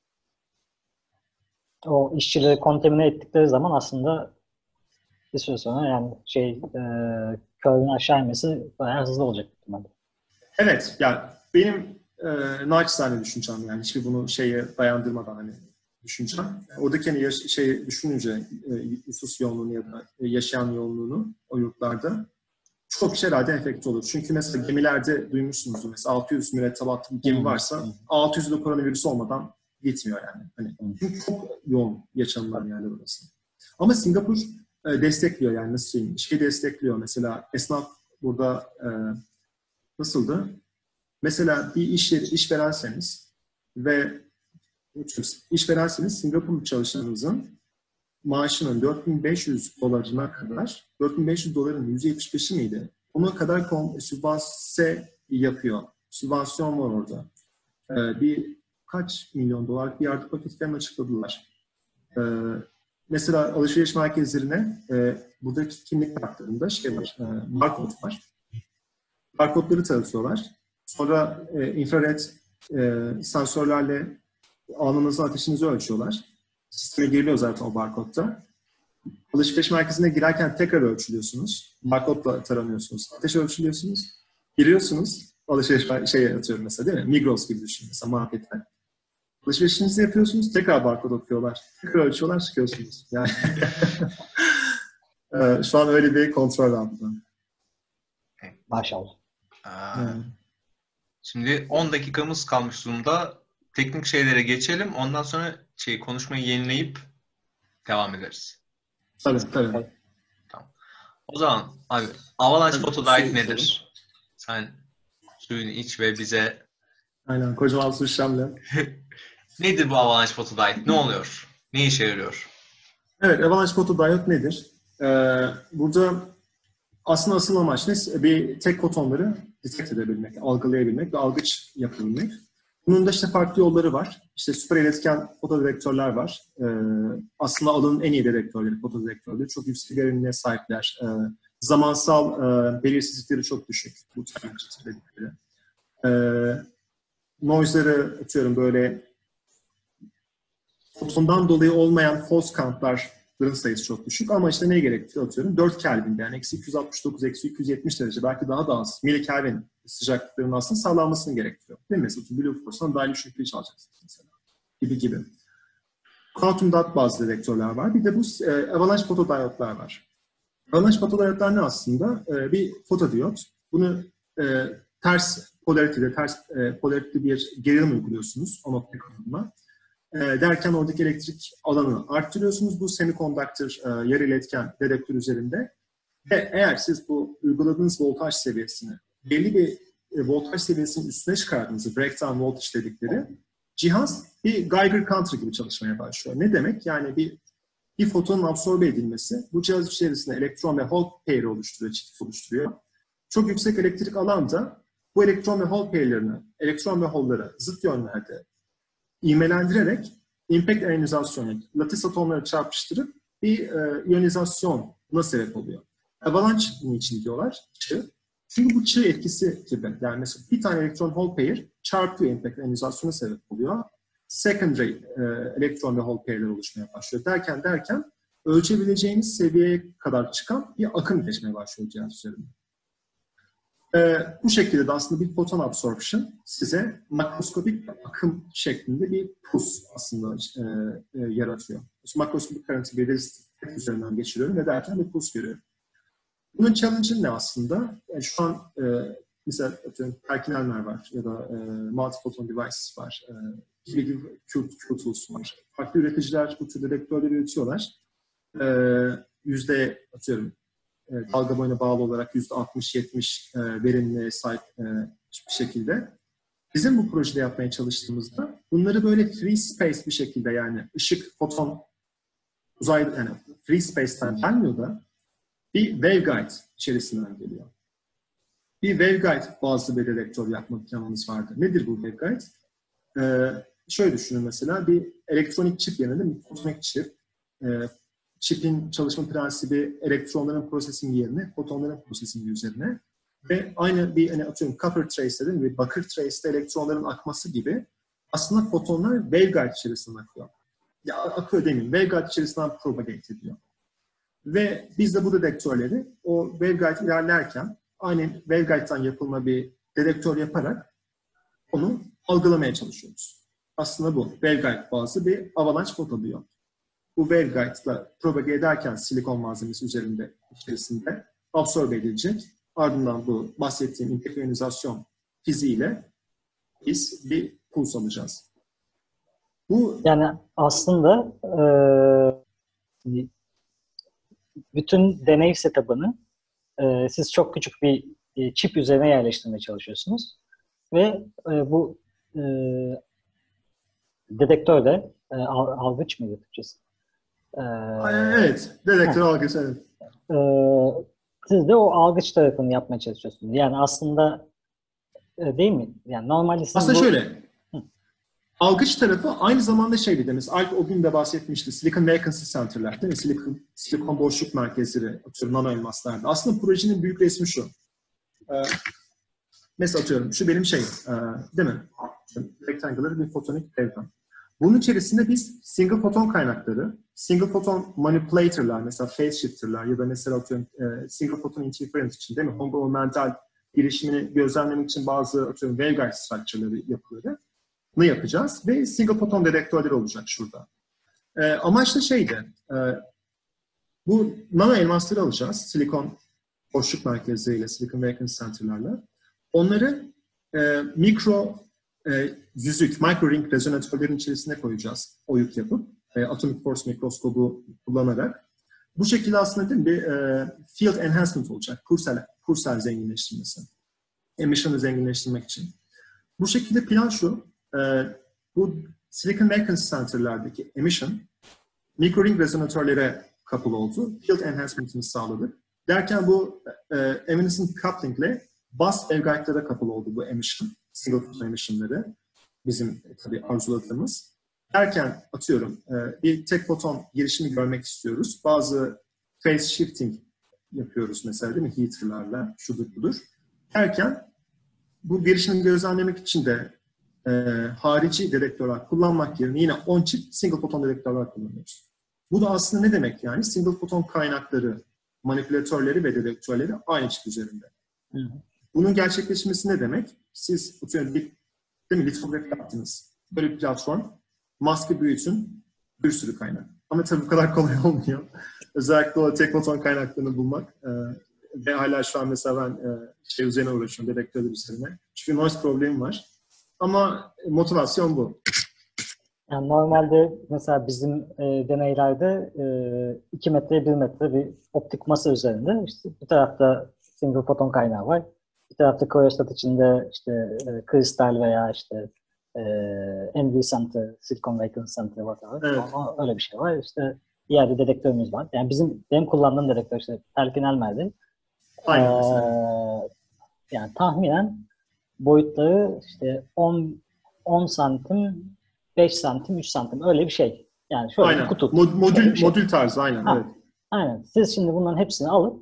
O işçileri kontamine ettikleri zaman aslında bir süre sonra yani şey e, curve'ün aşağı inmesi bayağı hızlı olacak ihtimalle. Evet, yani benim e, naçizane düşüncem yani hiçbir bunu şeye dayandırmadan hani düşüncem. Oradaki hani yaş- şey düşününce e, nüfus yoğunluğunu ya da yaşayan yoğunluğunu o yurtlarda çok kişi herhalde efekti olur. Çünkü mesela gemilerde duymuşsunuzdur mesela altı yüz mürettebatlı bir gemi varsa altı yüzde koronavirüs olmadan gitmiyor yani. Hani çünkü çok yoğun yaşanılan yani burası. Ama Singapur e, destekliyor yani nasıl söyleyeyim? Şey destekliyor mesela esnaf burada e, nasıldı? Mesela bir iş yeri, işverenseniz ve işverenseniz Singapurlu çalışanınızın maaşının dört bin beş yüz dolarına kadar, dört bin beş yüz doların yüzde yetmiş beşi miydi? Ona kadar sübvanse yapıyor. Sübvansiyon var orada. Ee, bir kaç milyon dolar bir yardım paketlerini açıkladılar. Ee, mesela alışveriş merkezlerine e, buradaki kimlik kartlarında şey var, e, barkod var. Barkodları tanıtıyorlar. Sonra e, infrared e, sensörlerle alnınızın ateşinizi ölçüyorlar. Sisteme giriliyor zaten o barkodda. Alışveriş merkezine girerken tekrar ölçülüyorsunuz. Barkodla taranıyorsunuz. Ateş ölçülüyorsunuz. Giriyorsunuz. Alışveriş şeye atıyorum mesela değil mi? Migros gibi düşünün mesela markette. Alışverişinizi yapıyorsunuz. Tekrar barkod okuyorlar. Tekrar ölçüyorlar çıkıyorsunuz. Yani şu an öyle bir kontrol altında. Maşallah. Aa, şimdi on dakikamız kalmış durumda. Teknik şeylere geçelim. Ondan sonra şey konuşmayı yenileyip devam ederiz. Tabii tabii. Tamam. O zaman abi Avalanche Tabii, Photodiode su nedir? Sen suyunu iç ve bize aynen kocaman su şişemle. nedir bu Avalanche Photodiode? Ne oluyor? Ne işe yarıyor? Evet, Avalanche Photodiode nedir? Ee, burada aslında asıl amaç ne? Bir tek fotonları detect edebilmek, algılayabilmek ve algıç yapabilmek. Bunun da işte farklı yolları var. İşte süper iletken fotodetektörler var. Ee, aslında alanın en iyi dedektörleri, fotodetektörleri. Çok yüksek verimliliğe sahipler. Ee, zamansal e, belirsizlikleri çok düşük. Bu tür dedikleri. Ee, noise'ları atıyorum böyle fotondan dolayı olmayan false count'ların sayısı çok düşük. Ama işte neye gerektiriyor atıyorum? dört Kelvin'de yani eksi iki yüz altmış dokuz, eksi iki yüz yetmiş derece belki daha da az milikelvin sıcaklıklarının aslında sağlanmasını gerektiriyor. Değil mi? Mesela Blue Force'dan daha düşük bir alacaksınız mesela. Gibi gibi. Quantum dot bazlı dedektörler var. Bir de bu e, avalanche fotodiyotlar var. Avalanche fotodiyotlar ne aslında? E, bir fotodiyot. Bunu e, ters polarity'de, ters e, polarity'de bir gerilim uyguluyorsunuz o nokta konumuna. E, derken oradaki elektrik alanını arttırıyorsunuz bu semiconductor e, yarı iletken dedektör üzerinde. Ve eğer siz bu uyguladığınız voltaj seviyesini belli bir e, voltaj seviyesinin üstüne çıkardığınızda breakdown voltage dedikleri cihaz bir Geiger counter gibi çalışmaya başlıyor. Ne demek? Yani bir bir fotonun absorbe edilmesi bu cihaz içerisinde elektron ve hole pair oluşturuyor, çift oluşturuyor. Çok yüksek elektrik alanda bu elektron ve hole pairlerini, elektron ve hole'ları zıt yönlerde ivmelendirerek impact iyonizasyonu, lattice atomları çarpıştırıp bir e, iyonizasyona sebep oluyor. Avalanche niçin diyorlar? Çığ. Çünkü bu çığ etkisi gibi. Yani mesela bir tane elektron hole pair çarpıyor, impact iyonizasyona sebep oluyor. Secondary e, elektron ve hole pair'ler oluşmaya başlıyor. Derken derken ölçebileceğiniz seviyeye kadar çıkan bir akım geçmeye başlıyor cihaz üzerinde. E, bu şekilde de aslında bir photon absorption size makroskopik akım şeklinde bir pulse aslında e, e, yaratıyor. Makroskopik current'ı bir resistif üzerinden geçiriyorum ve derken bir pulse görüyorum. Bunun challenge'ı ne aslında? Yani şu an e, mesela Perkin-Elmer var ya da e, multi-photon devices var. E, gibi Q-Tools var. Farklı üreticiler bu tür dedektörleri üretiyorlar. E, yüzde atıyorum e, dalga boyuna bağlı olarak yüzde altmış yetmiş e, verimliğe sahip e, bir şekilde. Bizim bu projede yapmaya çalıştığımızda bunları böyle free space bir şekilde yani ışık, foton, uzay yani free space'ten gelmiyor da bir waveguide içerisinden geliyor. Bir waveguide bazlı bir dedektör yapma planımız vardı. Nedir bu waveguide? Ee, şöyle düşünün mesela bir elektronik çip yerine bir fotonik çip. Ee, çipin çalışma prensibi elektronların prosesingi yerine fotonların prosesingi üzerine. Ve aynı bir hani atıyorum copper trace'de değil mi? Bir bakır trace'de elektronların akması gibi aslında fotonlar waveguide içerisinden akıyor. Ya akıyor demeyeyim. Waveguide içerisinden propagate ediyor. Ve biz de bu dedektörleri o waveguide ilerlerken aynen waveguide'dan yapılma bir dedektör yaparak onu algılamaya çalışıyoruz. Aslında bu. Waveguide bazlı bir avalanche fotodiyot. Bu waveguide'la propagate ederken silikon malzemesi üzerinde içerisinde absorbe edilecek. Ardından bu bahsettiğim impact iyonizasyon fiziğiyle biz bir puls alacağız. Bu Yani aslında e, bütün deney setup'ını e, siz çok küçük bir e, çip üzerine yerleştirmeye çalışıyorsunuz. Ve e, bu e, dedektör de e, al, algıç mıydı Türkçesi? E, evet, dedektör algıç, evet. E, siz de o algıç tarafını yapmaya çalışıyorsunuz. Yani aslında e, değil mi? Yani normalde siz aslında bu... şöyle, algıç tarafı aynı zamanda şeydi demiş. Alp o gün de bahsetmişti. Silicon Vacancy Center'lar değil mi? Silikon, silikon boşluk merkezleri, atıyorum nano elmaslarda. Aslında projenin büyük resmi şu. Ee, mesela atıyorum şu benim şeyim. E, değil mi? Rectangular bir fotonik evren. Bunun içerisinde biz single foton kaynakları, single foton manipulator'lar, mesela phase shifter'lar ya da mesela atıyorum e, single foton interference için değil mi? Fundamental girişimini gözlemlemek için bazı atıyorum waveguide structure'ları yapıları ne yapacağız ve single foton dedektörleri olacak şurada. E, amaç da şeydi, e, bu nano elmasları alacağız, silikon boşluk merkezleriyle, Silicon Vacancy Center'larla. Onları e, mikro e, yüzük, micro ring rezonatörlerin içerisine koyacağız, oyuk yapıp, e, atomic force mikroskobu kullanarak. Bu şekilde aslında değil mi, bir e, field enhancement olacak, Purcell, Purcell zenginleştirmesi, emission'ı zenginleştirmek için. Bu şekilde plan şu, e, bu Silicon Vacancy Center'lardaki emission, mikro ring rezonatörlere kapılı oldu. Field enhancement'ını sağladık. Derken bu e, evanescent coupling ile bus waveguide'lara kapalı oldu bu emission, single photon emission'ları. Bizim tabii arzuladığımız. Derken atıyorum e, bir tek foton girişimi görmek istiyoruz. Bazı phase shifting yapıyoruz mesela değil mi? Heater'larla, şudur budur. Derken bu girişimi gözlemlemek için de e, harici dedektörler kullanmak yerine yine on çift single photon dedektörler kullanıyoruz. Bu da aslında ne demek yani? Single photon kaynakları, manipülatörleri ve dedektörleri aynı çip üzerinde. Hı hı. Bunun gerçekleşmesi ne demek? Siz atıyorum bir değil mi, litografi yaptınız. Böyle bir platform, maske büyütün, bir sürü kaynak. Ama tabii bu kadar kolay olmuyor. Özellikle o tek foton kaynaklarını bulmak. Ee, ve hala şu an mesela ben e, şey üzerine uğraşıyorum, dedektörler üzerine. Çünkü noise problemi var. Ama motivasyon bu. Yani normalde mesela bizim e, deneylerde iki metre bir metre bir optik masa üzerinde işte bir tarafta single foton kaynağı var. Bir tarafta koreostat içinde işte e, kristal veya işte e, N V center, silikon vacuum center whatever. Evet. Ama öyle bir şey var. İşte bir yerde dedektörümüz var. Yani bizim benim kullandığım dedektör işte Perkin Elmer'di. Aynen ee, mesela. Yani tahminen boyutları işte on on santim, beş santim, üç santim öyle bir şey. Yani şöyle aynen. bir kutu. Mod, modül, şey. modül tarzı aynen. Ha, Evet. aynen. Siz şimdi bunların hepsini alıp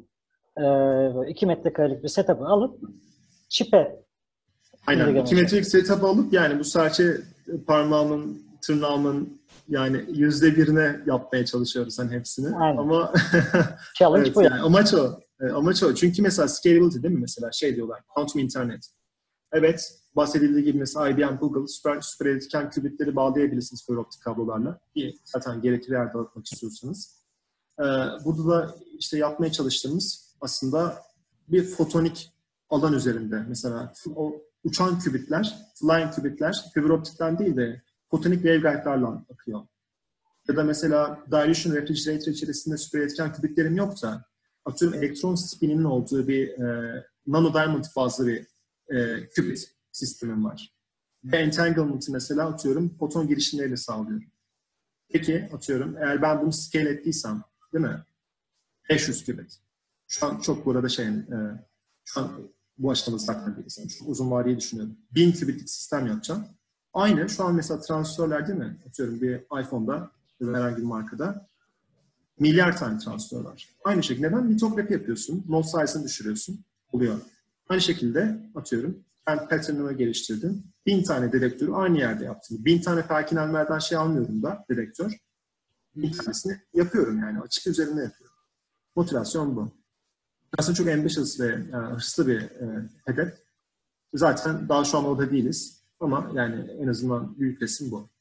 iki metrekarelik bir setup'ı alıp çipe aynen. iki metrelik setup'ı alıp yani bu serçe parmağımın, tırnağımın yani yüzde birine yapmaya çalışıyoruz hani hepsini. Aynen. Ama challenge evet, bu yani. Amaç o. Amaç o. Çünkü mesela scalability değil mi mesela şey diyorlar. Quantum internet. Evet, bahsedildiği gibi mesela I B M, Google süper, süper iletken kübitleri bağlayabilirsiniz fiber optik kablolarla. İyi, zaten gerekli yerde atmak istiyorsanız. Ee, burada da işte yapmaya çalıştığımız aslında bir fotonik alan üzerinde. Mesela o uçan kübitler, flying kübitler fiber optikten değil de fotonik waveguide'larla akıyor. Ya da mesela dilution refrigerator içerisinde süper iletken kübitlerim yoksa atıyorum elektron spininin olduğu bir e, nano diamond bazlı bir e, qubit sistemim var. Ve entanglement'ı mesela atıyorum foton girişimleriyle sağlıyorum. Peki atıyorum eğer ben bunu scale ettiysem değil mi? beş yüz qubit. Şu an çok burada şey e, şu an bu aşamada zaten değilsin. Çok uzun vadeli düşünüyorum. bin qubitlik sistem yapacağım. Aynı şu an mesela transistörler değil mi? Atıyorum bir iPhone'da ya da herhangi bir markada milyar tane transistör var. Aynı şekilde neden? Litografi yapıyorsun. Node size'ını düşürüyorsun. Oluyor. Aynı şekilde atıyorum ben pattern'ımı geliştirdim. Bin tane dedektörü aynı yerde yaptım. Bin tane Perkin Elmer'den şey almıyorum da dedektör. Bin tanesini yapıyorum yani. Açık üzerinde yapıyorum. Motivasyon bu. Aslında çok ambitious ve yani hırslı bir e, hedef. Zaten daha şu an orada değiliz. Ama yani en azından büyük resim bu.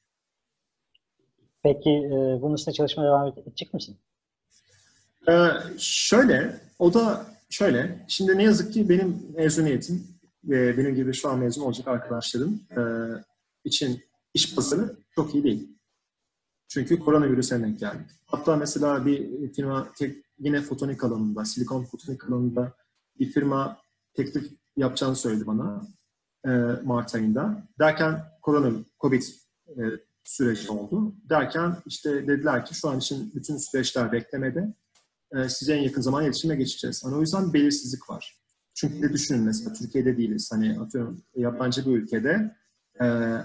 Peki e, bunun üstüne çalışmaya devam edecek misin? Ee, şöyle, o da şöyle. Şimdi ne yazık ki benim mezuniyetim ve benim gibi şu an mezun olacak arkadaşlarım e, için iş pazarı çok iyi değil. Çünkü koronavirüse denk geldik. Hatta mesela bir firma tek, yine fotonik alanında, silikon fotonik alanında bir firma teklif yapacağını söyledi bana e, Mart ayında. Derken korona, Covid e, süreci oldu. Derken işte dediler ki şu an için bütün süreçler beklemede. E, size en yakın zaman iletişime geçeceğiz. Yani o yüzden belirsizlik var. Çünkü de düşünün mesela Türkiye'de değiliz. Hani atıyorum yabancı bir ülkede e,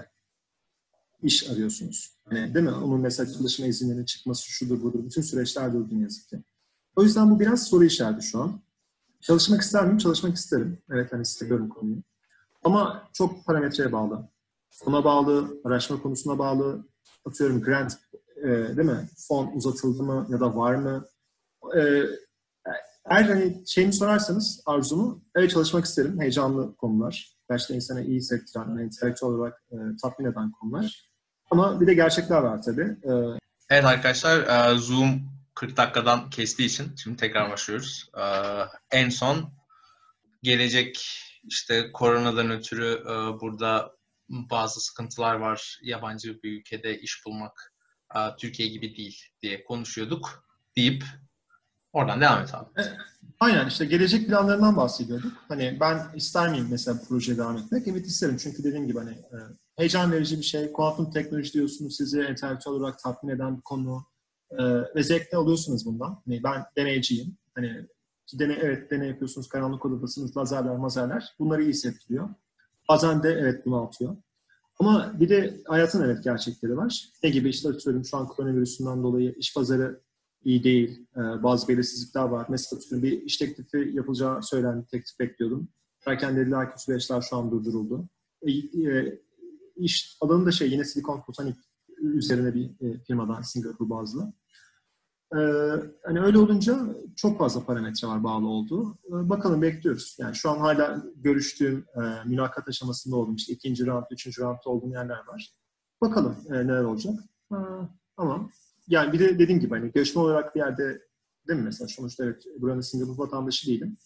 iş arıyorsunuz. Yani, değil mi? Onun mesela çalışma izinlerinin çıkması şudur budur. Bütün süreçler durdu ne yazık ki. O yüzden bu biraz soru işareti şu an. Çalışmak ister miyim? Çalışmak isterim. Evet hani istiyorum konuyu. Ama çok parametreye bağlı. Fona bağlı, araştırma konusuna bağlı. Atıyorum grant e, değil mi? Fon uzatıldı mı ya da var mı? E, eğer hani şeyimi sorarsanız arzumu, evet çalışmak isterim. Heyecanlı konular. Gerçekten insana iyi hissettiren, yani entelektüel olarak e, tatmin eden konular. Ama bir de gerçekler var tabii. E, Evet arkadaşlar, e, Zoom kırk dakikadan kestiği için şimdi tekrar başlıyoruz. E, en son gelecek işte koronadan ötürü e, burada bazı sıkıntılar var. Yabancı bir ülkede iş bulmak e, Türkiye gibi değil diye konuşuyorduk deyip oradan devam et abi. Aynen işte gelecek planlarından bahsediyorduk. Hani ben ister miyim mesela projeye devam etmek? Evet isterim çünkü dediğim gibi hani e, heyecan verici bir şey. Kuantum teknoloji diyorsunuz sizi entelektüel olarak tatmin eden bir konu. E, ve zevkli alıyorsunuz bundan. Hani ben deneyciyim. Hani Deney, evet deney yapıyorsunuz, karanlık odadasınız, lazerler, mazerler. Bunları iyi hissettiriyor. Bazen de evet bunaltıyor. Ama bir de hayatın evet gerçekleri var. Ne gibi işte atıyorum şu an koronavirüsünden dolayı iş pazarı iyi değil. Ee, bazı belirsizlikler var. Mesela atıyorum bir iş teklifi yapılacağı söylendi, teklif bekliyordum. Derken dediler ki süreçler şu an durduruldu. E, e, iş alanı da şey yine Silikon Fotonik üzerine bir e, firmadan Singapur bazlı. Ee, hani öyle olunca çok fazla parametre var bağlı olduğu. Ee, bakalım bekliyoruz. Yani şu an hala görüştüğüm e, mülakat aşamasında oldum. İşte ikinci round, üçüncü roundda olduğum yerler var. Bakalım e, neler olacak. Ee, ama yani bir de dediğim gibi hani göçmen olarak bir yerde değil mi mesela sonuçta evet buranın Singapur vatandaşı değilim.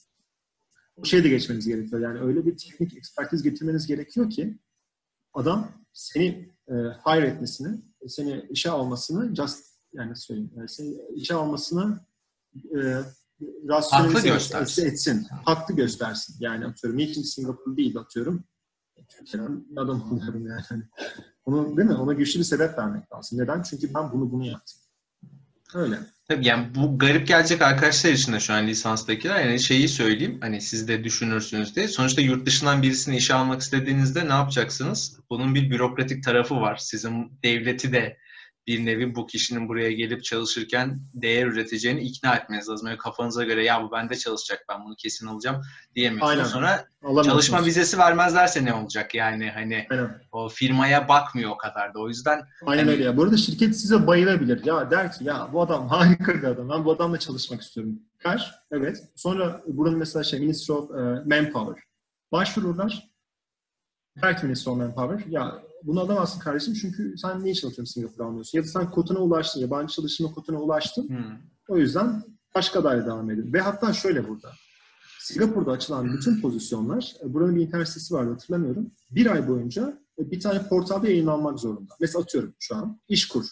O şeye de geçmeniz gerekiyor. Yani öyle bir teknik ekspertiz getirmeniz gerekiyor ki adam seni e, hire etmesini, seni işe almasını just yani nasıl söyleyeyim, yani seni işe almasına e, rasyonelize göstersin. etsin, haklı göstersin. Yani atıyorum, niçin Singapur değil atıyorum. Türkiye'den adam oluyorum yani. Onu, değil mi? Ona güçlü bir sebep vermek lazım. Neden? Çünkü ben bunu bunu yaptım. Öyle. Tabii yani bu garip gelecek arkadaşlar için de şu an lisanstakiler yani şeyi söyleyeyim hani siz de düşünürsünüz diye. Sonuçta yurt dışından birisini işe almak istediğinizde ne yapacaksınız? Bunun bir bürokratik tarafı var. Sizin devleti de bir nevi bu kişinin buraya gelip çalışırken değer üreteceğini ikna etmeniz lazım. Yani kafanıza göre ya bu bende çalışacak ben bunu kesin alacağım diyemiyorsunuz. Aynen. Sonra Alamıyorsunuz. çalışma vizesi vermezlerse ne olacak yani hani Aynen. o firmaya bakmıyor o kadar da. O yüzden Aynen hani, öyle ya. Bu arada şirket size bayılabilir. Ya der ki ya bu adam harika bir adam. Ben bu adamla çalışmak istiyorum. Der. Evet. Sonra buranın mesela şey Ministry of uh, Manpower. Başvururlar. Der ki Ministry of Manpower ya bunu alamazsın kardeşim çünkü sen niye çalışıyorsun Singapur'da almıyorsun? Ya da sen kotuna ulaştın. Yabancı çalışma kotuna ulaştın. hmm. O yüzden başka adayla devam edin. Ve hatta şöyle burada. Singapur'da açılan bütün pozisyonlar, buranın bir internet sitesi vardı hatırlamıyorum. Bir ay boyunca bir tane portalda yayınlanmak zorunda. Mesela atıyorum şu an işkur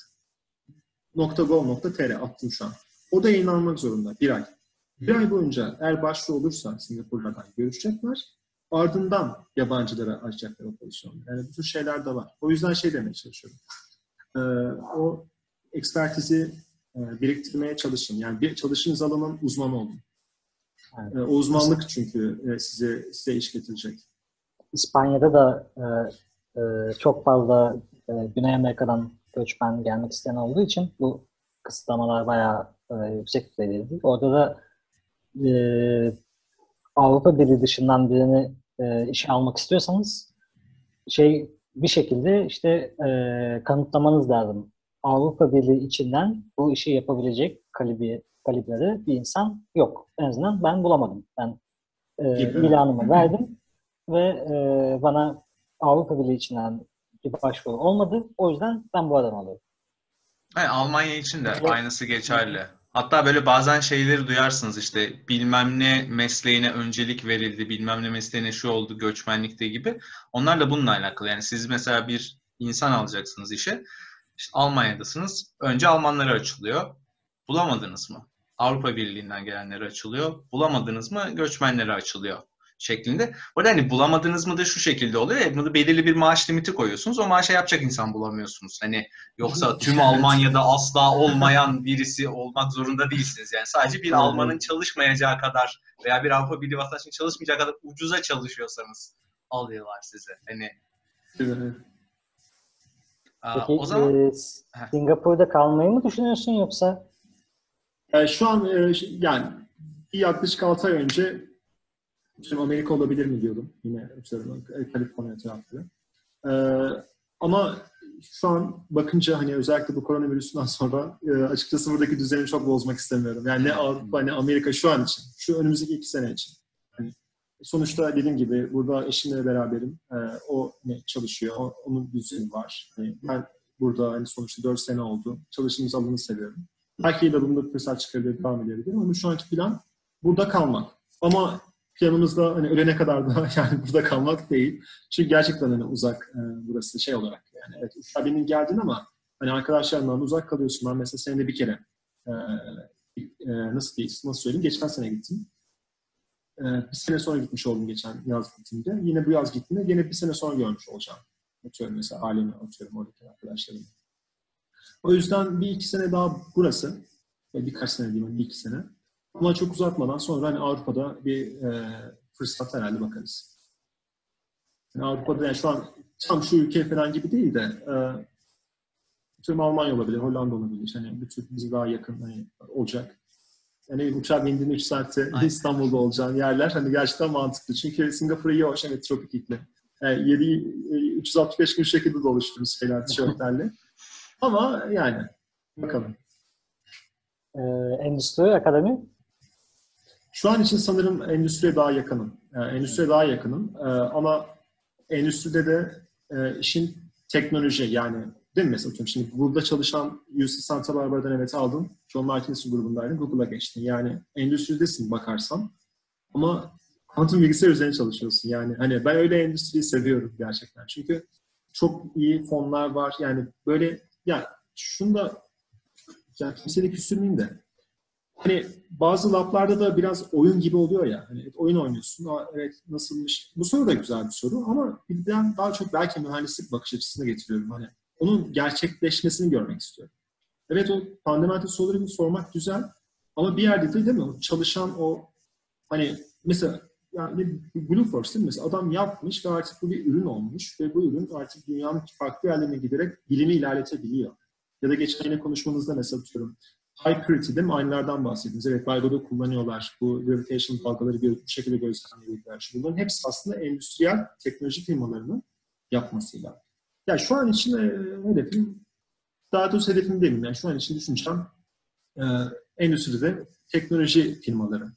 nokta gov nokta tr attım şu an. O da yayınlanmak zorunda bir ay. Bir ay boyunca eğer başvuru olursa Singapur'dan görüşecekler. Ardından yabancılara açacaklar o pozisyonu. Yani bu tür şeyler de var. O yüzden şey demeye çalışıyorum. Ee, o ekspertizi e, biriktirmeye çalışın. Yani bir çalışınız alanın uzmanı olun. Evet. O uzmanlık çünkü size size iş getirecek. İspanya'da da e, e, çok fazla e, Güney Amerika'dan göçmen gelmek isteyen olduğu için bu kısıtlamalar bayağı e, yüksek düzeydeydi. Orada da e, Avrupa Birliği dışından birini e, işe almak istiyorsanız şey bir şekilde işte e, kanıtlamanız lazım. Avrupa Birliği içinden bu işi yapabilecek kalibre, kalibrede bir insan yok. En azından ben bulamadım. Ben e, Gibi. ilanımı verdim ve e, bana Avrupa Birliği içinden bir başvuru olmadı. O yüzden ben bu adamı alıyorum. Yani Almanya için de aynısı geçerli. Hatta böyle bazen şeyleri duyarsınız işte bilmem ne mesleğine öncelik verildi, bilmem ne mesleğine şu oldu göçmenlikte gibi. Onlar da bununla alakalı. Yani siz mesela bir insan alacaksınız işe. İşte Almanya'dasınız. Önce Almanlara açılıyor. Bulamadınız mı? Avrupa Birliği'nden gelenlere açılıyor. Bulamadınız mı? Göçmenlere açılıyor şeklinde. Orada hani bulamadınız mı da şu şekilde oluyor. Ya, bunu belirli bir maaş limiti koyuyorsunuz. O maaşa yapacak insan bulamıyorsunuz. Hani yoksa tüm Almanya'da asla olmayan birisi olmak zorunda değilsiniz. Yani sadece bir Almanın çalışmayacağı kadar veya bir Avrupa Birliği vatandaşının çalışmayacağı kadar ucuza çalışıyorsanız alıyorlar sizi. Hani Peki o zaman e, Singapur'da kalmayı mı düşünüyorsun yoksa? Yani şu an e, yani bir yaklaşık altı ay önce şimdi Amerika olabilir mi diyordum. Yine Kaliforniya tarafları. Ee, ama şu an bakınca hani özellikle bu koronavirüsünden sonra e, açıkçası buradaki düzeni çok bozmak istemiyorum. Yani ne Avrupa ne Amerika şu an için. Şu önümüzdeki iki sene için. Yani sonuçta dediğim gibi burada eşimle beraberim. Ee, o ne çalışıyor. O, onun düzeni var. Yani ben burada hani sonuçta dört sene oldu. Çalıştığımız alanı seviyorum. Belki de bunda fırsat çıkarabilir, devam edebilirim. Ama şu anki plan burada kalmak. Ama planımızda hani ölene kadar da yani burada kalmak değil. Çünkü gerçekten hani uzak e, burası şey olarak yani evet uçağa benim geldin ama hani arkadaşlarımdan uzak kalıyorsun. Ben mesela senede bir kere e, e, nasıl diyeyim, nasıl söyleyeyim geçen sene gittim. E, bir sene sonra gitmiş oldum geçen yaz gittiğimde. Yine bu yaz gittiğimde yine bir sene sonra görmüş olacağım. Atıyorum mesela ailemi atıyorum oradaki arkadaşlarımı. O yüzden bir iki sene daha burası. Birkaç sene diyeyim, bir iki sene. Ama çok uzatmadan sonra hani Avrupa'da bir e, fırsat herhalde bakarız. Yani Avrupa'da yani şu an tam şu ülke falan gibi değil de e, tüm Almanya olabilir, Hollanda olabilir. Hani bir tür bize daha yakın hani, olacak. Yani uçağa bindiğin üç saatte Aynen. İstanbul'da olacağın yerler hani gerçekten mantıklı. Çünkü Singapur iyi hoş, evet tropik iklim. Yani yedi, üç yüz altmış beş gün şu şekilde dolaştığımız şeyler, tişörtlerle. Ama yani bakalım. Ee, endüstri, akademi? Şu an için sanırım endüstriye daha yakınım. Yani endüstriye daha yakınım. Ee, ama endüstride de e, işin teknoloji yani değil mi mesela şimdi Google'da çalışan U C Santa Barbara'dan evet aldın. John Martinez'in grubundaydın. Google'a geçtin. Yani endüstridesin bakarsan ama kuantum bilgisayar üzerine çalışıyorsun. Yani hani ben öyle endüstriyi seviyorum gerçekten. Çünkü çok iyi fonlar var. Yani böyle ya şunu da yani kimseyle küsürmeyeyim de hani bazı lablarda da biraz oyun gibi oluyor ya. Hani oyun oynuyorsun. Aa, evet nasılmış? Bu soru da güzel bir soru ama birden daha çok belki mühendislik bakış açısına getiriyorum. Hani onun gerçekleşmesini görmek istiyorum. Evet o fundamental soruları sormak güzel ama bir yerde de değil mi? O çalışan o hani mesela yani Blueforce değil mi? Mesela adam yapmış ve artık bu bir ürün olmuş ve bu ürün artık dünyanın farklı yerlerine giderek bilimi ilerletebiliyor. Ya da geçen yine konuşmanızda mesela tutuyorum. High purity değil mi? Aynalardan bahsettiniz. Evet, Baygo'da kullanıyorlar. Bu gravitation dalgaları bu şekilde gözlemleyebilirler. Bunların hepsi aslında endüstriyel teknoloji firmalarının yapmasıyla. Yani şu an için e, hedefim, daha doğrusu hedefim değilim. Yani şu an için düşüneceğim e, endüstride teknoloji firmaları.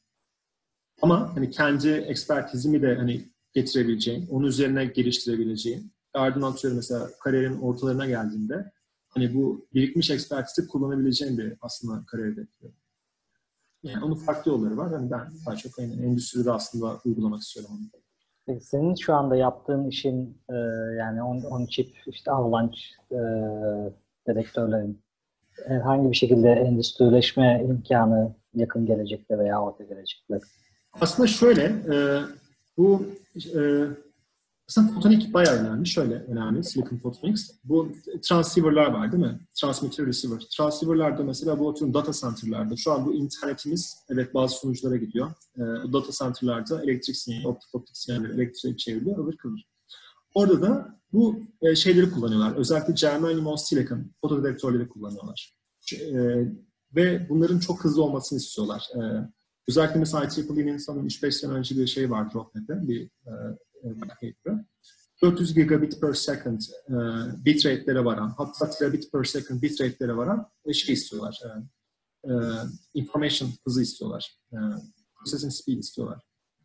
Ama hani kendi ekspertizimi de hani getirebileceğim, onun üzerine geliştirebileceğim. Ardından atıyorum mesela kariyerin ortalarına geldiğinde hani bu birikmiş ekspertizi kullanabileceğim bir aslında kariyer bekliyorum. Yani onun farklı yolları var. Hani ben daha çok yani endüstride aslında uygulamak istiyorum onu. Peki senin şu anda yaptığın işin e, yani on, on chip işte Avalanche e, dedektörlerin herhangi bir şekilde endüstrileşme imkanı yakın gelecekte veya orta gelecekte. Aslında şöyle, e, bu e, aslında fotonik bayağı önemli. Şöyle önemli, Silicon Photonics. Bu transceiver'lar var değil mi? Transmitter, receiver. Transceiver'larda mesela bu oturum data center'larda. Şu an bu internetimiz evet bazı sonuçlara gidiyor. E, data center'larda elektrik sinyali, optik optik sinyalleri elektriğe çevriliyor, ıvır kıvır. Orada da bu e, şeyleri kullanıyorlar. Özellikle germanium on silicon fotodedektörleri kullanıyorlar. E, ve bunların çok hızlı olmasını istiyorlar. E, özellikle mesela I triple E'nin sanırım üç beş sene önce bir şey vardı Rocket'te, bir e, paper'ı. dört yüz gigabit per second e, bitrate'lere varan, hatta terabit per second bitrate'lere varan e, şey istiyorlar. E, e, information hızı istiyorlar. E, processing speed istiyorlar.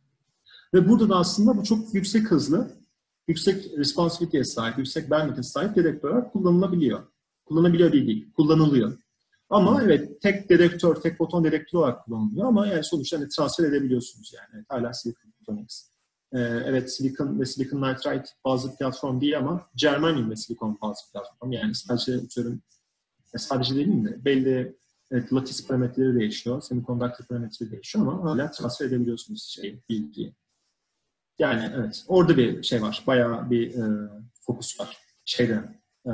Ve burada da aslında bu çok yüksek hızlı, yüksek responsivity'ye sahip, yüksek bandwidth'e sahip dedektörler kullanılabiliyor. Kullanılabiliyor değil, değil, kullanılıyor. Ama evet tek dedektör, tek foton dedektör olarak kullanılıyor ama yani sonuçta hani transfer edebiliyorsunuz yani. Hala Silicon Photonics. Ee, evet Silicon ve Silicon Nitride bazı platform değil ama Germanium ve Silicon bazı platform. Yani sadece atıyorum, sadece değil de belli evet, lattice parametreleri değişiyor, semiconductor parametreleri değişiyor ama hala transfer edebiliyorsunuz şey, bilgiyi. Yani evet, orada bir şey var, bayağı bir e, fokus var şeyde, e,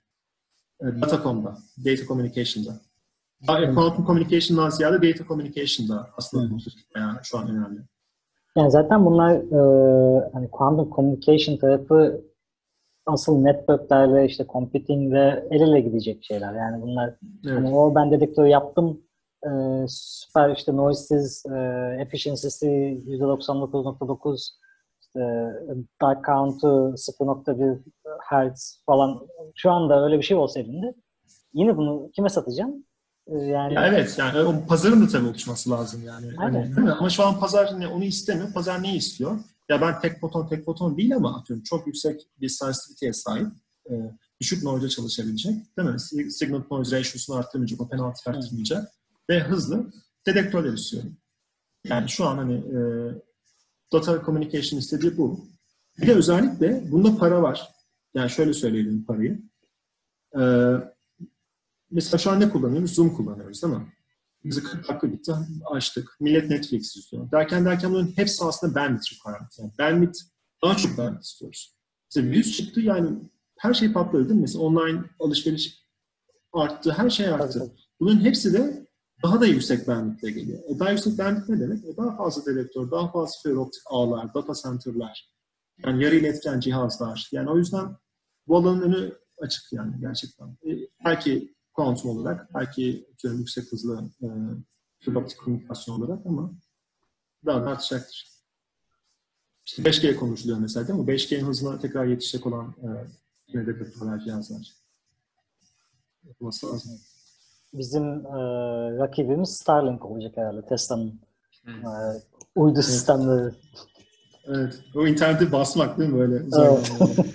Datacom'da, Data Communication'da. Quantum Communication'dan ziyade Data Communication'da aslında bayağı şu an önemli. Yani zaten bunlar e, hani quantum communication tarafı asıl networklerle işte computingle el ele gidecek şeyler. Yani bunlar Evet. hani o ben dedektör yaptım e, süper işte noisesiz e, efficiency'si yüzde doksan dokuz nokta dokuz işte dark count'u sıfır nokta bir hertz falan şu anda öyle bir şey olsa elinde yine bunu kime satacağım? E, yani Ya evet yani o pazarın da tabii oluşması lazım yani. Hani, aynen. değil mi? Ama şu an pazar ne, onu istemiyor. Pazar neyi istiyor? Ya ben tek foton tek foton değil ama atıyorum çok yüksek bir sensitivity'ye sahip, e, düşük noise'da çalışabilecek, değil mi? Signal to noise ratio'sunu arttırmayacak, o penaltı arttırmayacak ve hızlı dedektörler istiyorum. Yani şu an hani e, data communication istediği bu. Bir de özellikle bunda para var. Yani şöyle söyleyelim parayı. E, mesela şu an ne kullanıyoruz? Zoom kullanıyoruz değil mi? Bizi kırk dakika bitti, açtık. Millet Netflix izliyor. Derken derken bunların hepsi aslında bandwidth requirement. Yani bandwidth, daha çok bandwidth istiyoruz. Mesela virüs çıktı yani her şey patladı değil mi? Mesela online alışveriş arttı, her şey arttı. Bunların hepsi de daha da yüksek bandwidth'le geliyor. E daha yüksek bandwidth ne demek? E daha fazla dedektör, daha fazla fiber optik ağlar, data center'lar, yani yarı iletken cihazlar. Yani o yüzden bu alanın önü açık yani gerçekten. E, belki kuantum olarak, belki yüksek hızlı e, fiber optik komünikasyon olarak ama daha da artacaktır. İşte beş G konuşuluyor mesela değil mi? beş G'nin hızına tekrar yetişecek olan e, dedektörler, cihazlar yapılması lazım. Bizim e, rakibimiz Starlink olacak herhalde. Tesla'nın Hmm. e, uydu evet. sistemleri. Evet. O interneti basmak değil mi böyle? Evet.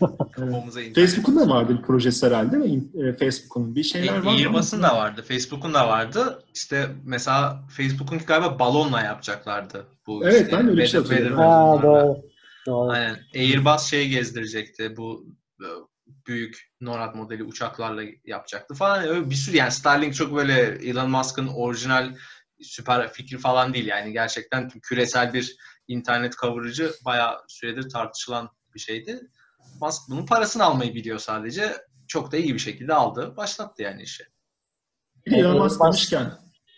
Evet. Facebook'un da vardı bir projesi herhalde değil mi? Facebook'un bir şeyler vardı. Airbus'un da vardı. Facebook'un da vardı. İşte mesela Facebook'un galiba balonla yapacaklardı. Bu evet işte ben öyle bir şey hatırlıyorum. Ha, doğru. doğru. Aynen. Airbus şeyi gezdirecekti. Bu büyük NORAD modeli uçaklarla yapacaktı falan. Öyle bir sürü yani Starlink çok böyle Elon Musk'ın orijinal süper fikri falan değil. Yani gerçekten küresel bir internet coverage'ı bayağı süredir tartışılan bir şeydi. Musk bunun parasını almayı biliyor sadece. Çok da iyi bir şekilde aldı. Başlattı yani işi. Bir de Elon Musk demişken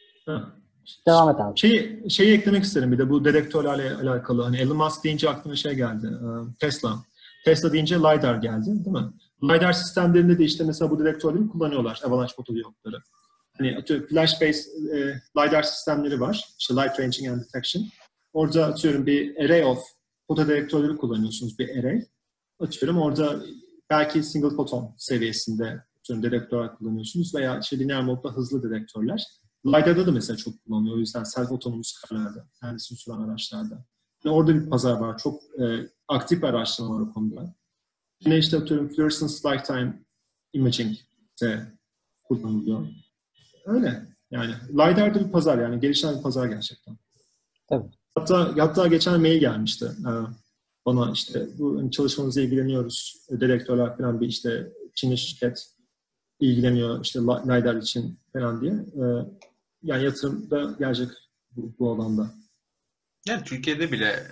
devam et abi. Şeyi, şeyi eklemek isterim bir de bu dedektörlerle alakalı. Hani Elon Musk deyince aklıma şey geldi. Tesla. Tesla deyince LiDAR geldi değil mi? LiDAR sistemlerinde de işte mesela bu dedektörleri kullanıyorlar. Avalanche fotodiyotları. Hani atıyorum flash based e, LiDAR sistemleri var. İşte Light Ranging and Detection. Orada atıyorum bir array of fotodedektörleri kullanıyorsunuz. Bir array. Atıyorum orada belki single photon seviyesinde atıyorum dedektörler kullanıyorsunuz veya işte lineer modda hızlı dedektörler. LiDAR'da da mesela çok kullanılıyor. O yüzden self otonomous karlarda, kendisini süren araçlarda. Yani orada bir pazar var. Çok e, aktif bir araştırma var o konuda. Yine işte atıyorum fluorescence lifetime imaging de kullanılıyor. Öyle. Yani LiDAR'da bir pazar yani. Gelişen bir pazar gerçekten. Tabii. Hatta, hatta geçen mail gelmişti. Bana işte bu hani çalışmamızla ilgileniyoruz. Dedektörler falan bir işte Çinli şirket ilgileniyor işte LiDAR için falan diye. Yani yatırım da gelecek bu, bu alanda. Yani Türkiye'de bile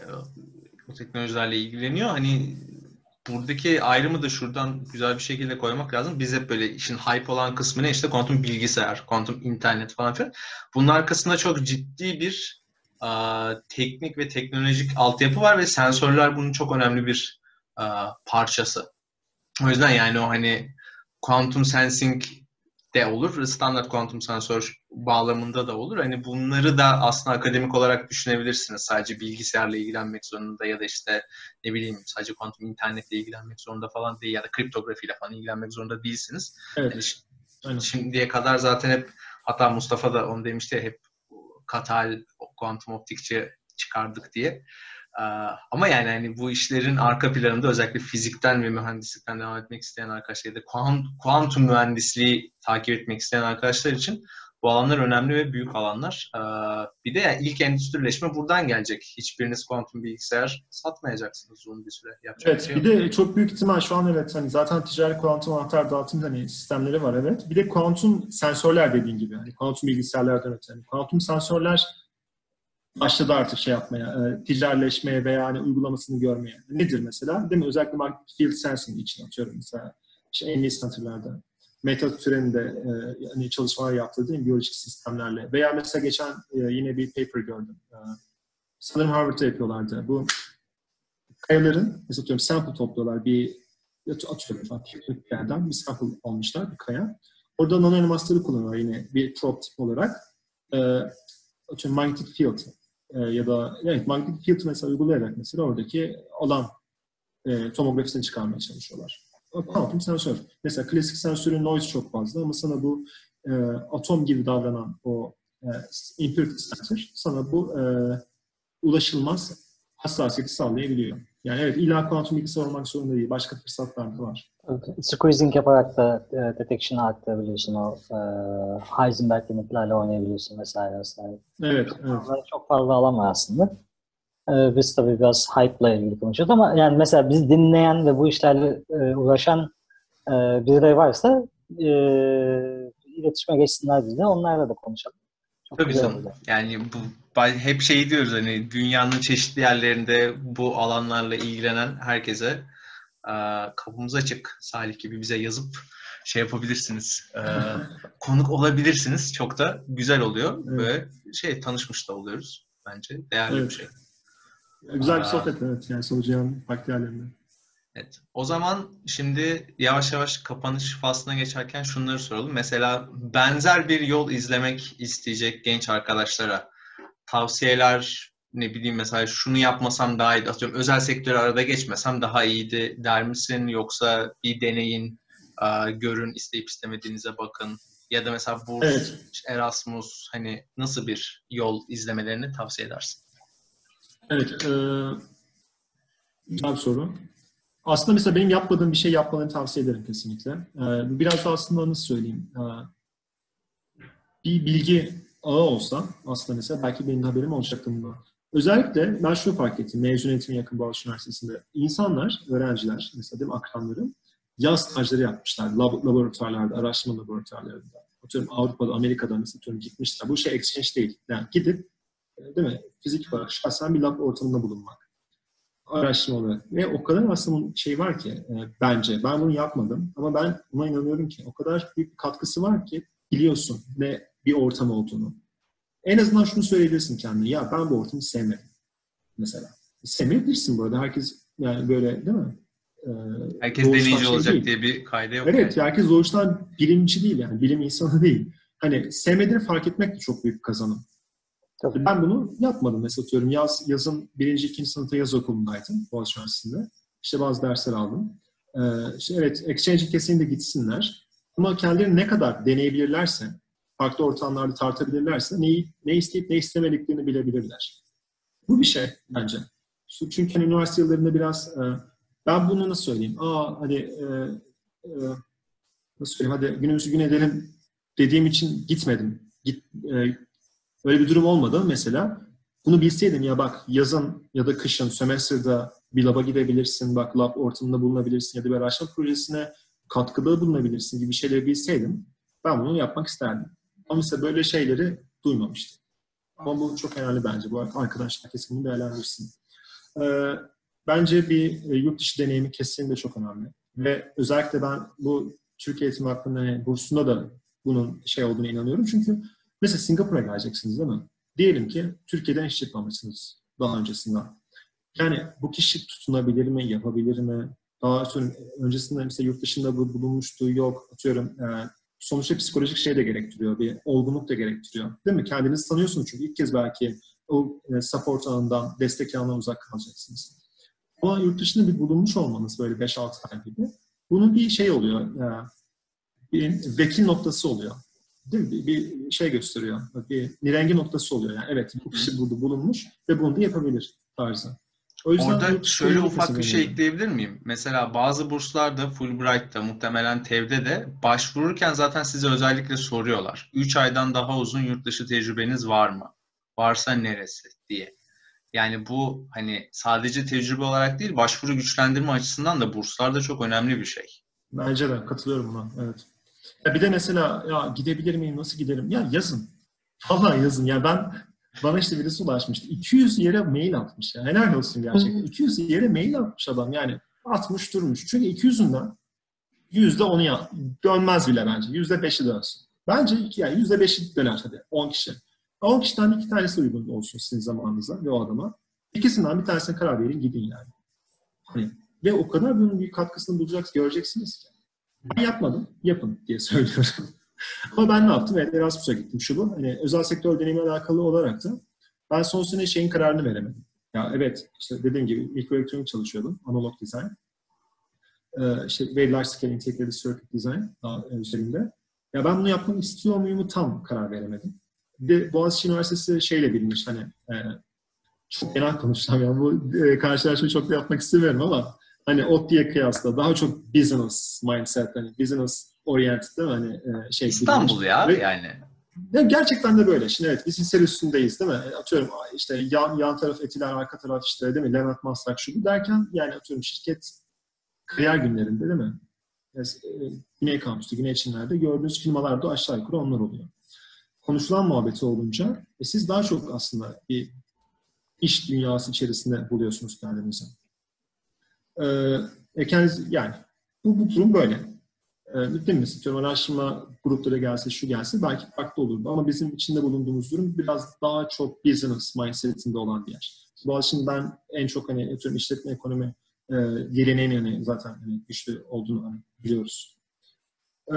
o teknolojilerle ilgileniyor. Hani buradaki ayrımı da şuradan güzel bir şekilde koymak lazım. Biz hep böyle işin hype olan kısmı ne? İşte kuantum bilgisayar, kuantum internet falan filan. Bunun arkasında çok ciddi bir a, teknik ve teknolojik altyapı var ve sensörler bunun çok önemli bir a, parçası. O yüzden yani o hani quantum sensing de olur, standart kuantum sensör bağlamında da olur. Hani bunları da aslında akademik olarak düşünebilirsiniz. Sadece bilgisayarla ilgilenmek zorunda ya da işte ne bileyim sadece kuantum internetle ilgilenmek zorunda falan değil ya da kriptografiyle falan ilgilenmek zorunda değilsiniz. Evet. Yani şimdiye kadar zaten hep hatta Mustafa da onu demişti ya, hep katal kuantum optikçi çıkardık diye. Ama yani hani bu işlerin arka planında özellikle fizikten ve mühendislikten devam etmek isteyen arkadaşlar ya da kuantum mühendisliği takip etmek isteyen arkadaşlar için bu alanlar önemli ve büyük alanlar. Bir de yani ilk endüstrileşme buradan gelecek. Hiçbiriniz kuantum bilgisayar satmayacaksınız uzun bir süre. Yapacak evet, bir şey bir de çok büyük ihtimal şu an evet hani zaten ticari kuantum anahtar dağıtım hani sistemleri var evet. Bir de kuantum sensörler dediğin gibi. Hani kuantum bilgisayarlardan öte. Yani kuantum sensörler başladı artık şey yapmaya, e, ticarileşmeye veya hani uygulamasını görmeye. Nedir mesela? Değil mi? Özellikle magnetic field sensing için atıyorum mesela. İşte en iyi center'larda. Meta Türen'in de e, hani çalışmalar yaptığı değil mi? Biyolojik sistemlerle. Veya mesela geçen e, yine bir paper gördüm. E, sanırım Harvard'da yapıyorlardı. Bu kayaların, mesela atıyorum sample topluyorlar. Bir atıyorum falan teknik bir yerden bir sample almışlar, bir kaya. Orada nanoelmasları kullanıyorlar yine bir probe tip olarak. E, atıyorum magnetic field e, ya da evet magnetic field mesela uygulayarak mesela oradaki alan e, tomografisini çıkarmaya çalışıyorlar. Kuantum sensör. Mesela klasik sensörün noise çok fazla ama sana bu e, atom gibi davranan o e, impurity sensör sana bu e, ulaşılmaz hassasiyeti sağlayabiliyor. Yani evet illa kuantum bilgisayar olmak zorunda değil. Başka fırsatlar da var. Squeezing yaparak da e, detection'ı arttırabiliyorsun. O e, Heisenberg limitlerle oynayabiliyorsun vesaire vesaire. Evet, çok evet. Fazla, çok fazla alan var aslında. E, biz tabii biraz hype'la ilgili konuşuyoruz ama yani mesela biz dinleyen ve bu işlerle e, uğraşan e, birileri varsa e, iletişime geçsinler bizle. Onlarla da konuşalım. Çok Tabii güzel canım. olacak. Yani bu hep şey diyoruz hani dünyanın çeşitli yerlerinde bu alanlarla ilgilenen herkese kapımız açık. Salih gibi bize yazıp şey yapabilirsiniz. E, konuk olabilirsiniz. Çok da güzel oluyor. Evet. Böyle şey tanışmış da oluyoruz. Bence değerli Evet. bir şey. Güzel bir Aa, sohbet, evet. Yani solucan farklı yerlerinde. Evet. O zaman şimdi yavaş yavaş kapanış faslına geçerken şunları soralım. Mesela benzer bir yol izlemek isteyecek genç arkadaşlara tavsiyeler, ne bileyim, mesela şunu yapmasam daha iyiydi. Atıyorum özel sektörü arada geçmesem daha iyiydi der misin? Yoksa bir deneyin, e, görün, isteyip istemediğinize bakın. Ya da mesela burs, Evet. Erasmus, hani nasıl bir yol izlemelerini tavsiye edersin? Evet. E, güzel bir soru. Aslında mesela benim yapmadığım bir şey yapmalarını tavsiye ederim kesinlikle. E, biraz da aslında nasıl söyleyeyim? E, bir bilgi ağı olsa aslında mesela belki benim haberim olacaktı bundan. Özellikle ben şunu fark ettim mezuniyetime yakın Boğaziçi Üniversitesi'nde. İnsanlar, öğrenciler, mesela değil mi, akranlarım yaz stajları yapmışlar. Lab laboratuvarlarda, araştırma laboratuvarlarında. Atıyorum Avrupa'da, Amerika'da mesela atıyorum gitmişler. Bu şey exchange değil. Yani gidip değil mi, fizik olarak şahsen bir lab ortamında bulunmak. Araştırma olarak. Ve o kadar aslında şey var ki e, bence. Ben bunu yapmadım ama ben buna inanıyorum ki o kadar büyük bir katkısı var ki biliyorsun ne bir ortam olduğunu. En azından şunu söyleyebilirsin kendine. Ya ben bu ortamı sevmedim mesela. Sevmeyebilirsin bu arada. Herkes yani böyle değil mi? Ee, Herkes doğuştan deneyici şey olacak değil. diye bir kaide yok Evet, yani. herkes doğuştan bilimci değil yani. Bilim insanı değil. Hani sevmediğini fark etmek de çok büyük bir kazanım. Tabii. Ben bunu yapmadım. Mesela atıyorum yaz, yazın birinci, ikinci sınıfta yaz okulundaydım Boğaziçi Üniversitesi'nde. İşte bazı dersler aldım. Ee, işte evet, exchange'e kesinlikle gitsinler. Ama kendileri ne kadar deneyebilirlerse, farklı ortamlarda tartabilirlerse neyi, ne isteyip ne istemediklerini bilebilirler. Bu bir şey bence. Çünkü hani üniversite yıllarında biraz e, ben bunu nasıl söyleyeyim? Aa hadi e, e, nasıl söyleyeyim? Hadi günümüzü gün edelim dediğim için gitmedim. Git, e, öyle bir durum olmadı. Mesela bunu bilseydim ya bak yazın ya da kışın sömestrda bir lab'a gidebilirsin, bak lab ortamında bulunabilirsin ya da bir araştırma projesine katkıda bulunabilirsin gibi şeyleri bilseydim ben bunu yapmak isterdim. Ama mesela böyle şeyleri duymamıştım. Ama bu çok önemli bence. Bu arkadaşlar kesin bunu değerlendirsin. Ee, bence bir e, yurt dışı deneyimi kesinlikle çok önemli. Ve özellikle ben bu Türkiye eğitim hakkında hani bursunda da bunun şey olduğunu inanıyorum. Çünkü mesela Singapur'a geleceksiniz değil mi? Diyelim ki Türkiye'den iş çıkmamışsınız daha öncesinden. Yani bu kişi tutunabilir mi, yapabilir mi? Daha sonra öncesinde mesela yurt dışında bulunmuşluğu yok. Atıyorum e, sonuçta psikolojik şey de gerektiriyor. Bir olgunluk da gerektiriyor. Değil mi? Kendinizi tanıyorsunuz çünkü ilk kez belki o e, support alanından, destek alanından uzak kalacaksınız. Ama yurt dışında bir bulunmuş olmanız böyle beş altı ay gibi. Bunun bir şey oluyor. E, bir vekil noktası oluyor. Değil mi? Bir, bir şey gösteriyor. Bir nirengi noktası oluyor. Yani evet bu kişi burada bulunmuş ve bunu da yapabilir tarzı. O yüzden Orada yurt dışı şöyle deneyimi ufak bir kesinlikle şey önemli. ekleyebilir miyim? Mesela bazı burslarda, Fulbright'ta, muhtemelen TEV'de de başvururken zaten size özellikle soruyorlar. üç aydan daha uzun yurt dışı tecrübeniz var mı? Varsa neresi diye. Yani bu hani sadece tecrübe olarak değil, başvuru güçlendirme açısından da burslar da çok önemli bir şey. Bence de katılıyorum buna. Evet. Ya bir de mesela ya gidebilir miyim, nasıl giderim? Ya yazın. Vallahi yazın. Ya ben bana işte birisi ulaşmıştı. iki yüz yere mail atmış. Ya. Helal olsun gerçekten. iki yüz yere mail atmış adam. Yani atmış durmuş. Çünkü iki yüzünden yüzde onu ya dönmez bile bence. Yüzde beşi dönsün. Bence iki, yani yüzde beşi döner hadi. On kişi. On kişiden iki tanesi uygun olsun sizin zamanınıza ve o adama. İkisinden bir tanesine karar verin gidin yani. Hani, ve o kadar bunun bir katkısını bulacaksınız, göreceksiniz ki. Ben yapmadım, yapın diye söylüyorum. Ama ben ne yaptım? Evet, Erasmus'a gittim şu bu. Hani özel sektör deneyimiyle alakalı olarak da ben son sene şeyin kararını veremedim. Ya evet, işte dediğim gibi mikroelektronik çalışıyordum, analog design. Ee, işte Very Large Scale Integrated Circuit Design daha üzerinde. Ya ben bunu yapmak istiyor muyum tam karar veremedim. Bir de Boğaziçi Üniversitesi şeyle bilmiş hani e, çok genel konuşacağım yani bu e, karşılaşmayı çok da yapmak istemiyorum ama hani ODTÜ'ye kıyasla daha çok business mindset, hani business oriented değil mi? Hani e, şey bilinmiş. İstanbul ya Ve yani. ya gerçekten de böyle. Şimdi evet biz Hisar üstündeyiz değil mi? Atıyorum işte yan, yan taraf Etiler, arka taraf işte değil mi? Levent Maslak şu bu derken yani atıyorum şirket kariyer günlerinde değil mi? Yani, e, Güney Kampüs'te, Güney Çinler'de gördüğünüz firmalarda aşağı yukarı onlar oluyor. Konuşulan muhabbeti olunca e, siz daha çok aslında bir iş dünyası içerisinde buluyorsunuz kendinizi. Ee, e, kendiniz, yani bu, bu durum böyle. e, değil mi? Mesela araştırma grupları gelse, şu gelse belki farklı olurdu. Ama bizim içinde bulunduğumuz durum biraz daha çok business mindset'inde olan bir yer. Boğaziçi'nin ben en çok hani atıyorum işletme ekonomi e, geleneğini hani zaten hani güçlü olduğunu hani biliyoruz. E,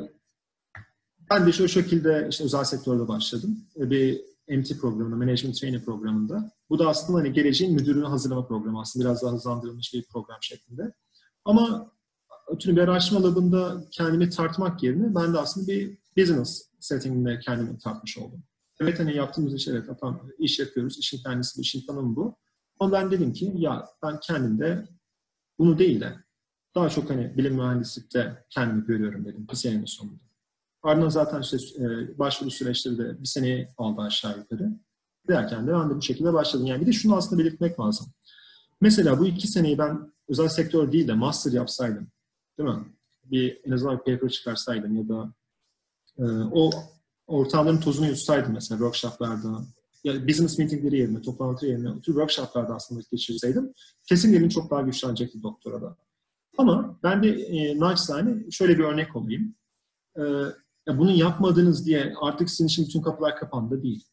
ben de şu şekilde işte özel sektörde başladım. Bir M T programında, Management Trainee programında. Bu da aslında hani geleceğin müdürünü hazırlama programı aslında biraz daha hızlandırılmış bir program şeklinde. Ama ötürü bir araştırma labında kendimi tartmak yerine ben de aslında bir business settinginde kendimi tartmış oldum. Evet hani yaptığımız iş evet tamam iş yapıyoruz, işin kendisi bu, işin tanımı bu. Ama ben dedim ki ya ben kendimde bunu değil de daha çok hani bilim mühendislikte kendimi görüyorum dedim bir senenin sonunda. Ardından zaten işte e, başvuru süreçleri de bir seneyi aldı aşağı yukarı. Derken de ben de bu şekilde başladım. Yani bir de şunu aslında belirtmek lazım. Mesela bu iki seneyi ben özel sektör değil de master yapsaydım, değil mi? Bir en azından bir paper çıkarsaydım ya da e, o ortamların tozunu yutsaydım mesela workshoplarda, ya business meetingleri yerine, toplantı yerine, o tür workshoplarda aslında geçirseydim kesin yerim çok daha güçlenecekti doktorada. Ama ben de e, naçizane şöyle bir örnek olayım. E, ya bunu yapmadınız diye artık sizin için bütün kapılar kapandı değil.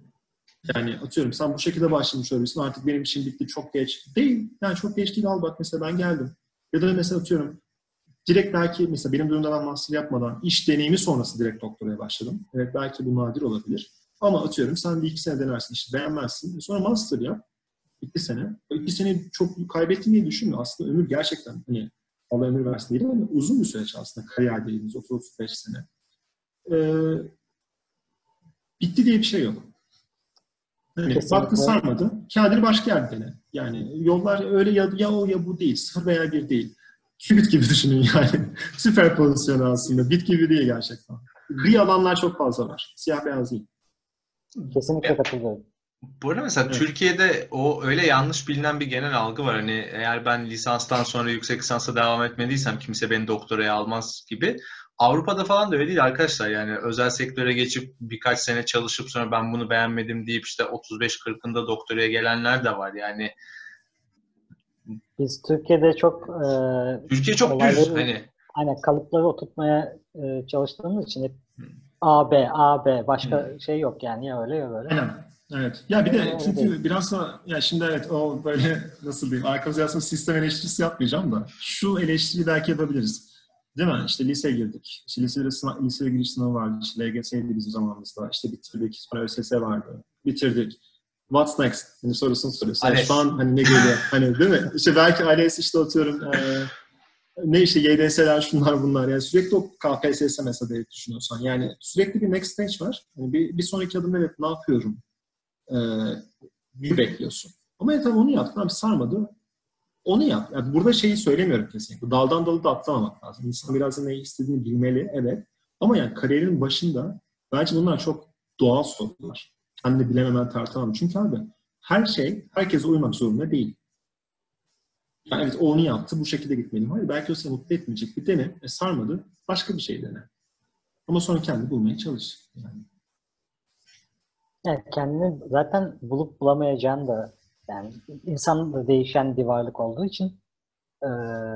Yani atıyorum sen bu şekilde başlamış olabilirsin. Artık benim için bitti çok geç. Değil. Yani çok geç değil. Al bak mesela ben geldim. Ya da mesela atıyorum direkt belki mesela benim durumda ben master yapmadan iş deneyimi sonrası direkt doktoraya başladım. Evet belki bu nadir olabilir. Ama atıyorum sen bir iki sene denersin işte beğenmezsin. Sonra master yap. İki sene. O iki sene çok kaybettiğini diye düşünme. Aslında ömür gerçekten hani Allah ömür versin değil ama uzun bir süreç aslında kariyer dediğimiz otuz otuz beş sene. Ee, bitti diye bir şey yok. Hani baktın sarmadı. Kendini başka yerde dene. Yani yollar öyle ya, ya o ya bu değil. Sıfır veya bir değil. Qubit gibi düşünün yani. Süper pozisyonu aslında. Bit gibi değil gerçekten. Gri alanlar çok fazla var. Siyah beyaz değil. Kesinlikle katılıyorum. Bu arada mesela evet. Türkiye'de o öyle yanlış bilinen bir genel algı var. Hani eğer ben lisanstan sonra yüksek lisansa devam etmediysem kimse beni doktoraya almaz gibi. Avrupa'da falan da öyle değil arkadaşlar. Yani özel sektöre geçip birkaç sene çalışıp sonra ben bunu beğenmedim deyip işte otuz beş kırkında doktoraya gelenler de var. Yani biz Türkiye'de çok e, Türkiye çok düz hani. Aynen kalıpları oturtmaya e, çalıştığımız için hep A, B, A, B başka hmm. şey yok yani ya öyle ya böyle. Aynen. Evet. Ya bir de çünkü değil. Biraz da ya şimdi evet o böyle nasıl diyeyim arkadaşlar sistem eleştirisi yapmayacağım da şu eleştiriyi belki yapabiliriz. Değil mi? İşte lise girdik. İşte lisede sınav, liseye giriş sınavı vardı. İşte L G S'ydi bizim zamanımızda. İşte bitirdik. Sonra Ö S S vardı. Bitirdik. What's next? Hani sorusunu soruyorsun. Yani şu an hani ne geliyor? Hani değil mi? İşte belki A L E S işte atıyorum e, ne işte Y D S'ler şunlar bunlar. Yani sürekli o K P S S mesela diye düşünüyorsan. Yani sürekli bir next stage var. Yani bir, bir sonraki adım evet ne yapıyorum? Ee, bir bekliyorsun. Ama tabii onu yaptın abi sarmadı. Onu yap. Yani burada şeyi söylemiyorum kesinlikle. Daldan dalı da atlamamak lazım. İnsan biraz da ne istediğini bilmeli. Evet. Ama yani kariyerin başında bence bunlar çok doğal sorular. Hani de bilememen tartamam. Çünkü abi her şey herkese uymak zorunda değil. Yani evet o onu yaptı. Bu şekilde gitmeliyim. Hayır belki o seni mutlu etmeyecek. Bir dene. E, sarmadı. Başka bir şey dene. Ama sonra kendini bulmaya çalış. Yani. Evet, kendini zaten bulup bulamayacağını da yani insan da değişen bir varlık olduğu için e,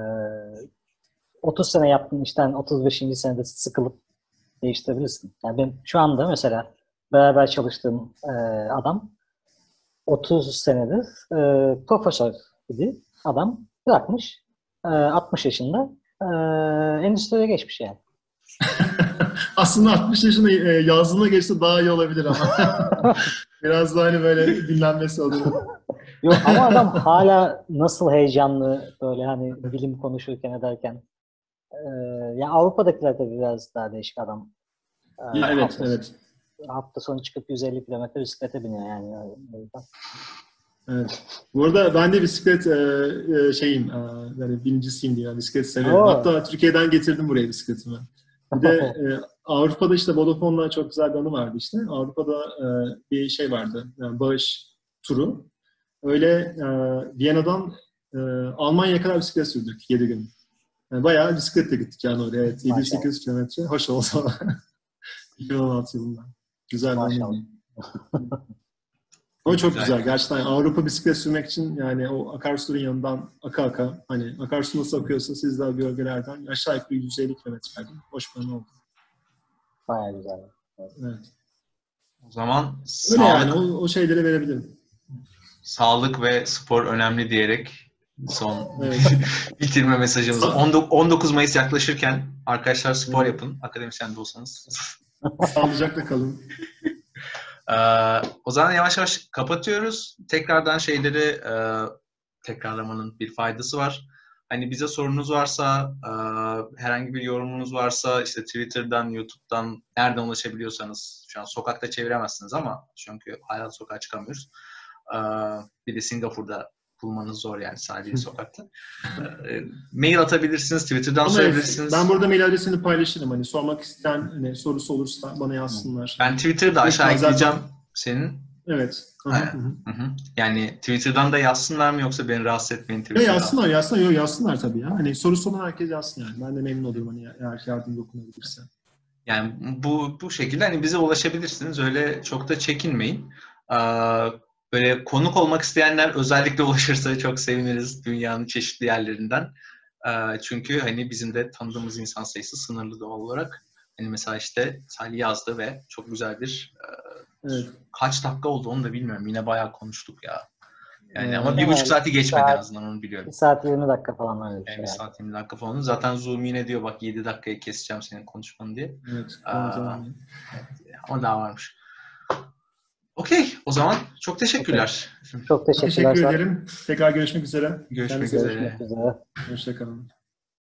otuz sene yaptığın işten otuz beşinci senede sıkılıp değiştirebilirsin. Yani ben şu anda mesela beraber çalıştığım e, adam otuz senedir e, profesör idi. Adam bırakmış e, altmış yaşında e, endüstriye geçmiş yani. Aslında altmış yaşında yazdığına geçse daha iyi olabilir ama. Biraz da hani böyle dinlenmesi olur. Yok ama adam hala nasıl heyecanlı böyle hani bilim konuşurken ederken. Ee, ya Avrupa'dakiler de biraz daha değişik adam. Ee, ya evet, hafta, evet. Hafta sonu çıkıp yüz elli kilometre bisiklete biniyor yani. Evet. Bu arada ben de bisiklet e, şeyim, e, yani birincisiyim diye yani bisiklet severim. Oo. Hatta Türkiye'den getirdim buraya bisikletimi. Bir de e, Avrupa'da işte Vodafone'la çok güzel bir anı vardı işte. Avrupa'da e, bir şey vardı, yani bağış turu. Öyle e, Viyana'dan e, Almanya'ya kadar bisiklet sürdük yedi gün. Yani bayağı bisikletle gittik yani oraya. Evet, yedi yüz sekiz yüz kilometre. Hoş olsa. iki bin on altı yılında. Güzel bir anı. O çok Güzel. güzel. Gerçekten Avrupa bisiklet sürmek için yani o akarsuların yanından aka aka hani akarsu nasıl akıyorsa siz daha bölgelerden aşağı yukarı yüz elli kilometreden hoş bir an oldu. Bayağı güzel. Evet. O zaman Öyle sağlık, yani o, o şeyleri verebilirim. sağlık ve spor önemli diyerek son Evet. bitirme mesajımızı. Sa- on dokuz Mayıs yaklaşırken arkadaşlar spor Evet. yapın. Akademisyen de olsanız. Sağlıcakla kalın. Ee, o zaman yavaş yavaş kapatıyoruz. Tekrardan şeyleri e, tekrarlamanın bir faydası var. Hani bize sorunuz varsa, e, herhangi bir yorumunuz varsa işte Twitter'dan, YouTube'dan nereden ulaşabiliyorsanız, şu an sokakta çeviremezsiniz ama çünkü hala sokağa çıkamıyoruz. Ee, bir de Singapur'da bulmanız zor yani sadece sokakta. Ee, mail atabilirsiniz, Twitter'dan Ama sorabilirsiniz. ben burada mail adresini paylaşırım. Hani sormak isteyen hani sorusu olursa bana yazsınlar. Ben Twitter'da aşağı Lütfen ekleyeceğim zaten- senin. Evet. Hı hı, Aynen. hı hı. Hı hı. Yani Twitter'dan da yazsınlar mı yoksa beni rahatsız etmeyin Ya Twitter'dan? yazsınlar, yazsınlar. Yok yazsınlar tabii ya. Hani sorusu olan herkes yazsın yani. Ben de memnun olurum hani eğer yardım dokunabilirse. Yani bu bu şekilde hani bize ulaşabilirsiniz. Öyle çok da çekinmeyin. Ee, böyle konuk olmak isteyenler özellikle ulaşırsa çok seviniriz dünyanın çeşitli yerlerinden. Ee, çünkü hani bizim de tanıdığımız insan sayısı sınırlı doğal olarak. Hani mesela işte Salih yazdı ve çok güzel bir Evet. kaç dakika oldu onu da bilmiyorum. Yine bayağı konuştuk ya. Yani Ee, ama bir evet, buçuk saati geçmedi en saat- azından onu biliyorum. Bir saat yirmi dakika falan öyle bir Yani şey. bir Yani. saat yirmi dakika falan. Zaten Zoom yine diyor bak yedi dakikaya keseceğim senin konuşmanı diye. Evet. Aa, Tamam, tamam. Ama daha varmış. Okey. O zaman çok teşekkürler. Çok teşekkürler. Teşekkür ederim. Tekrar görüşmek üzere. Görüşmek Kendinize iyi bakın. üzere. Görüşmek üzere. Hoşça kalın.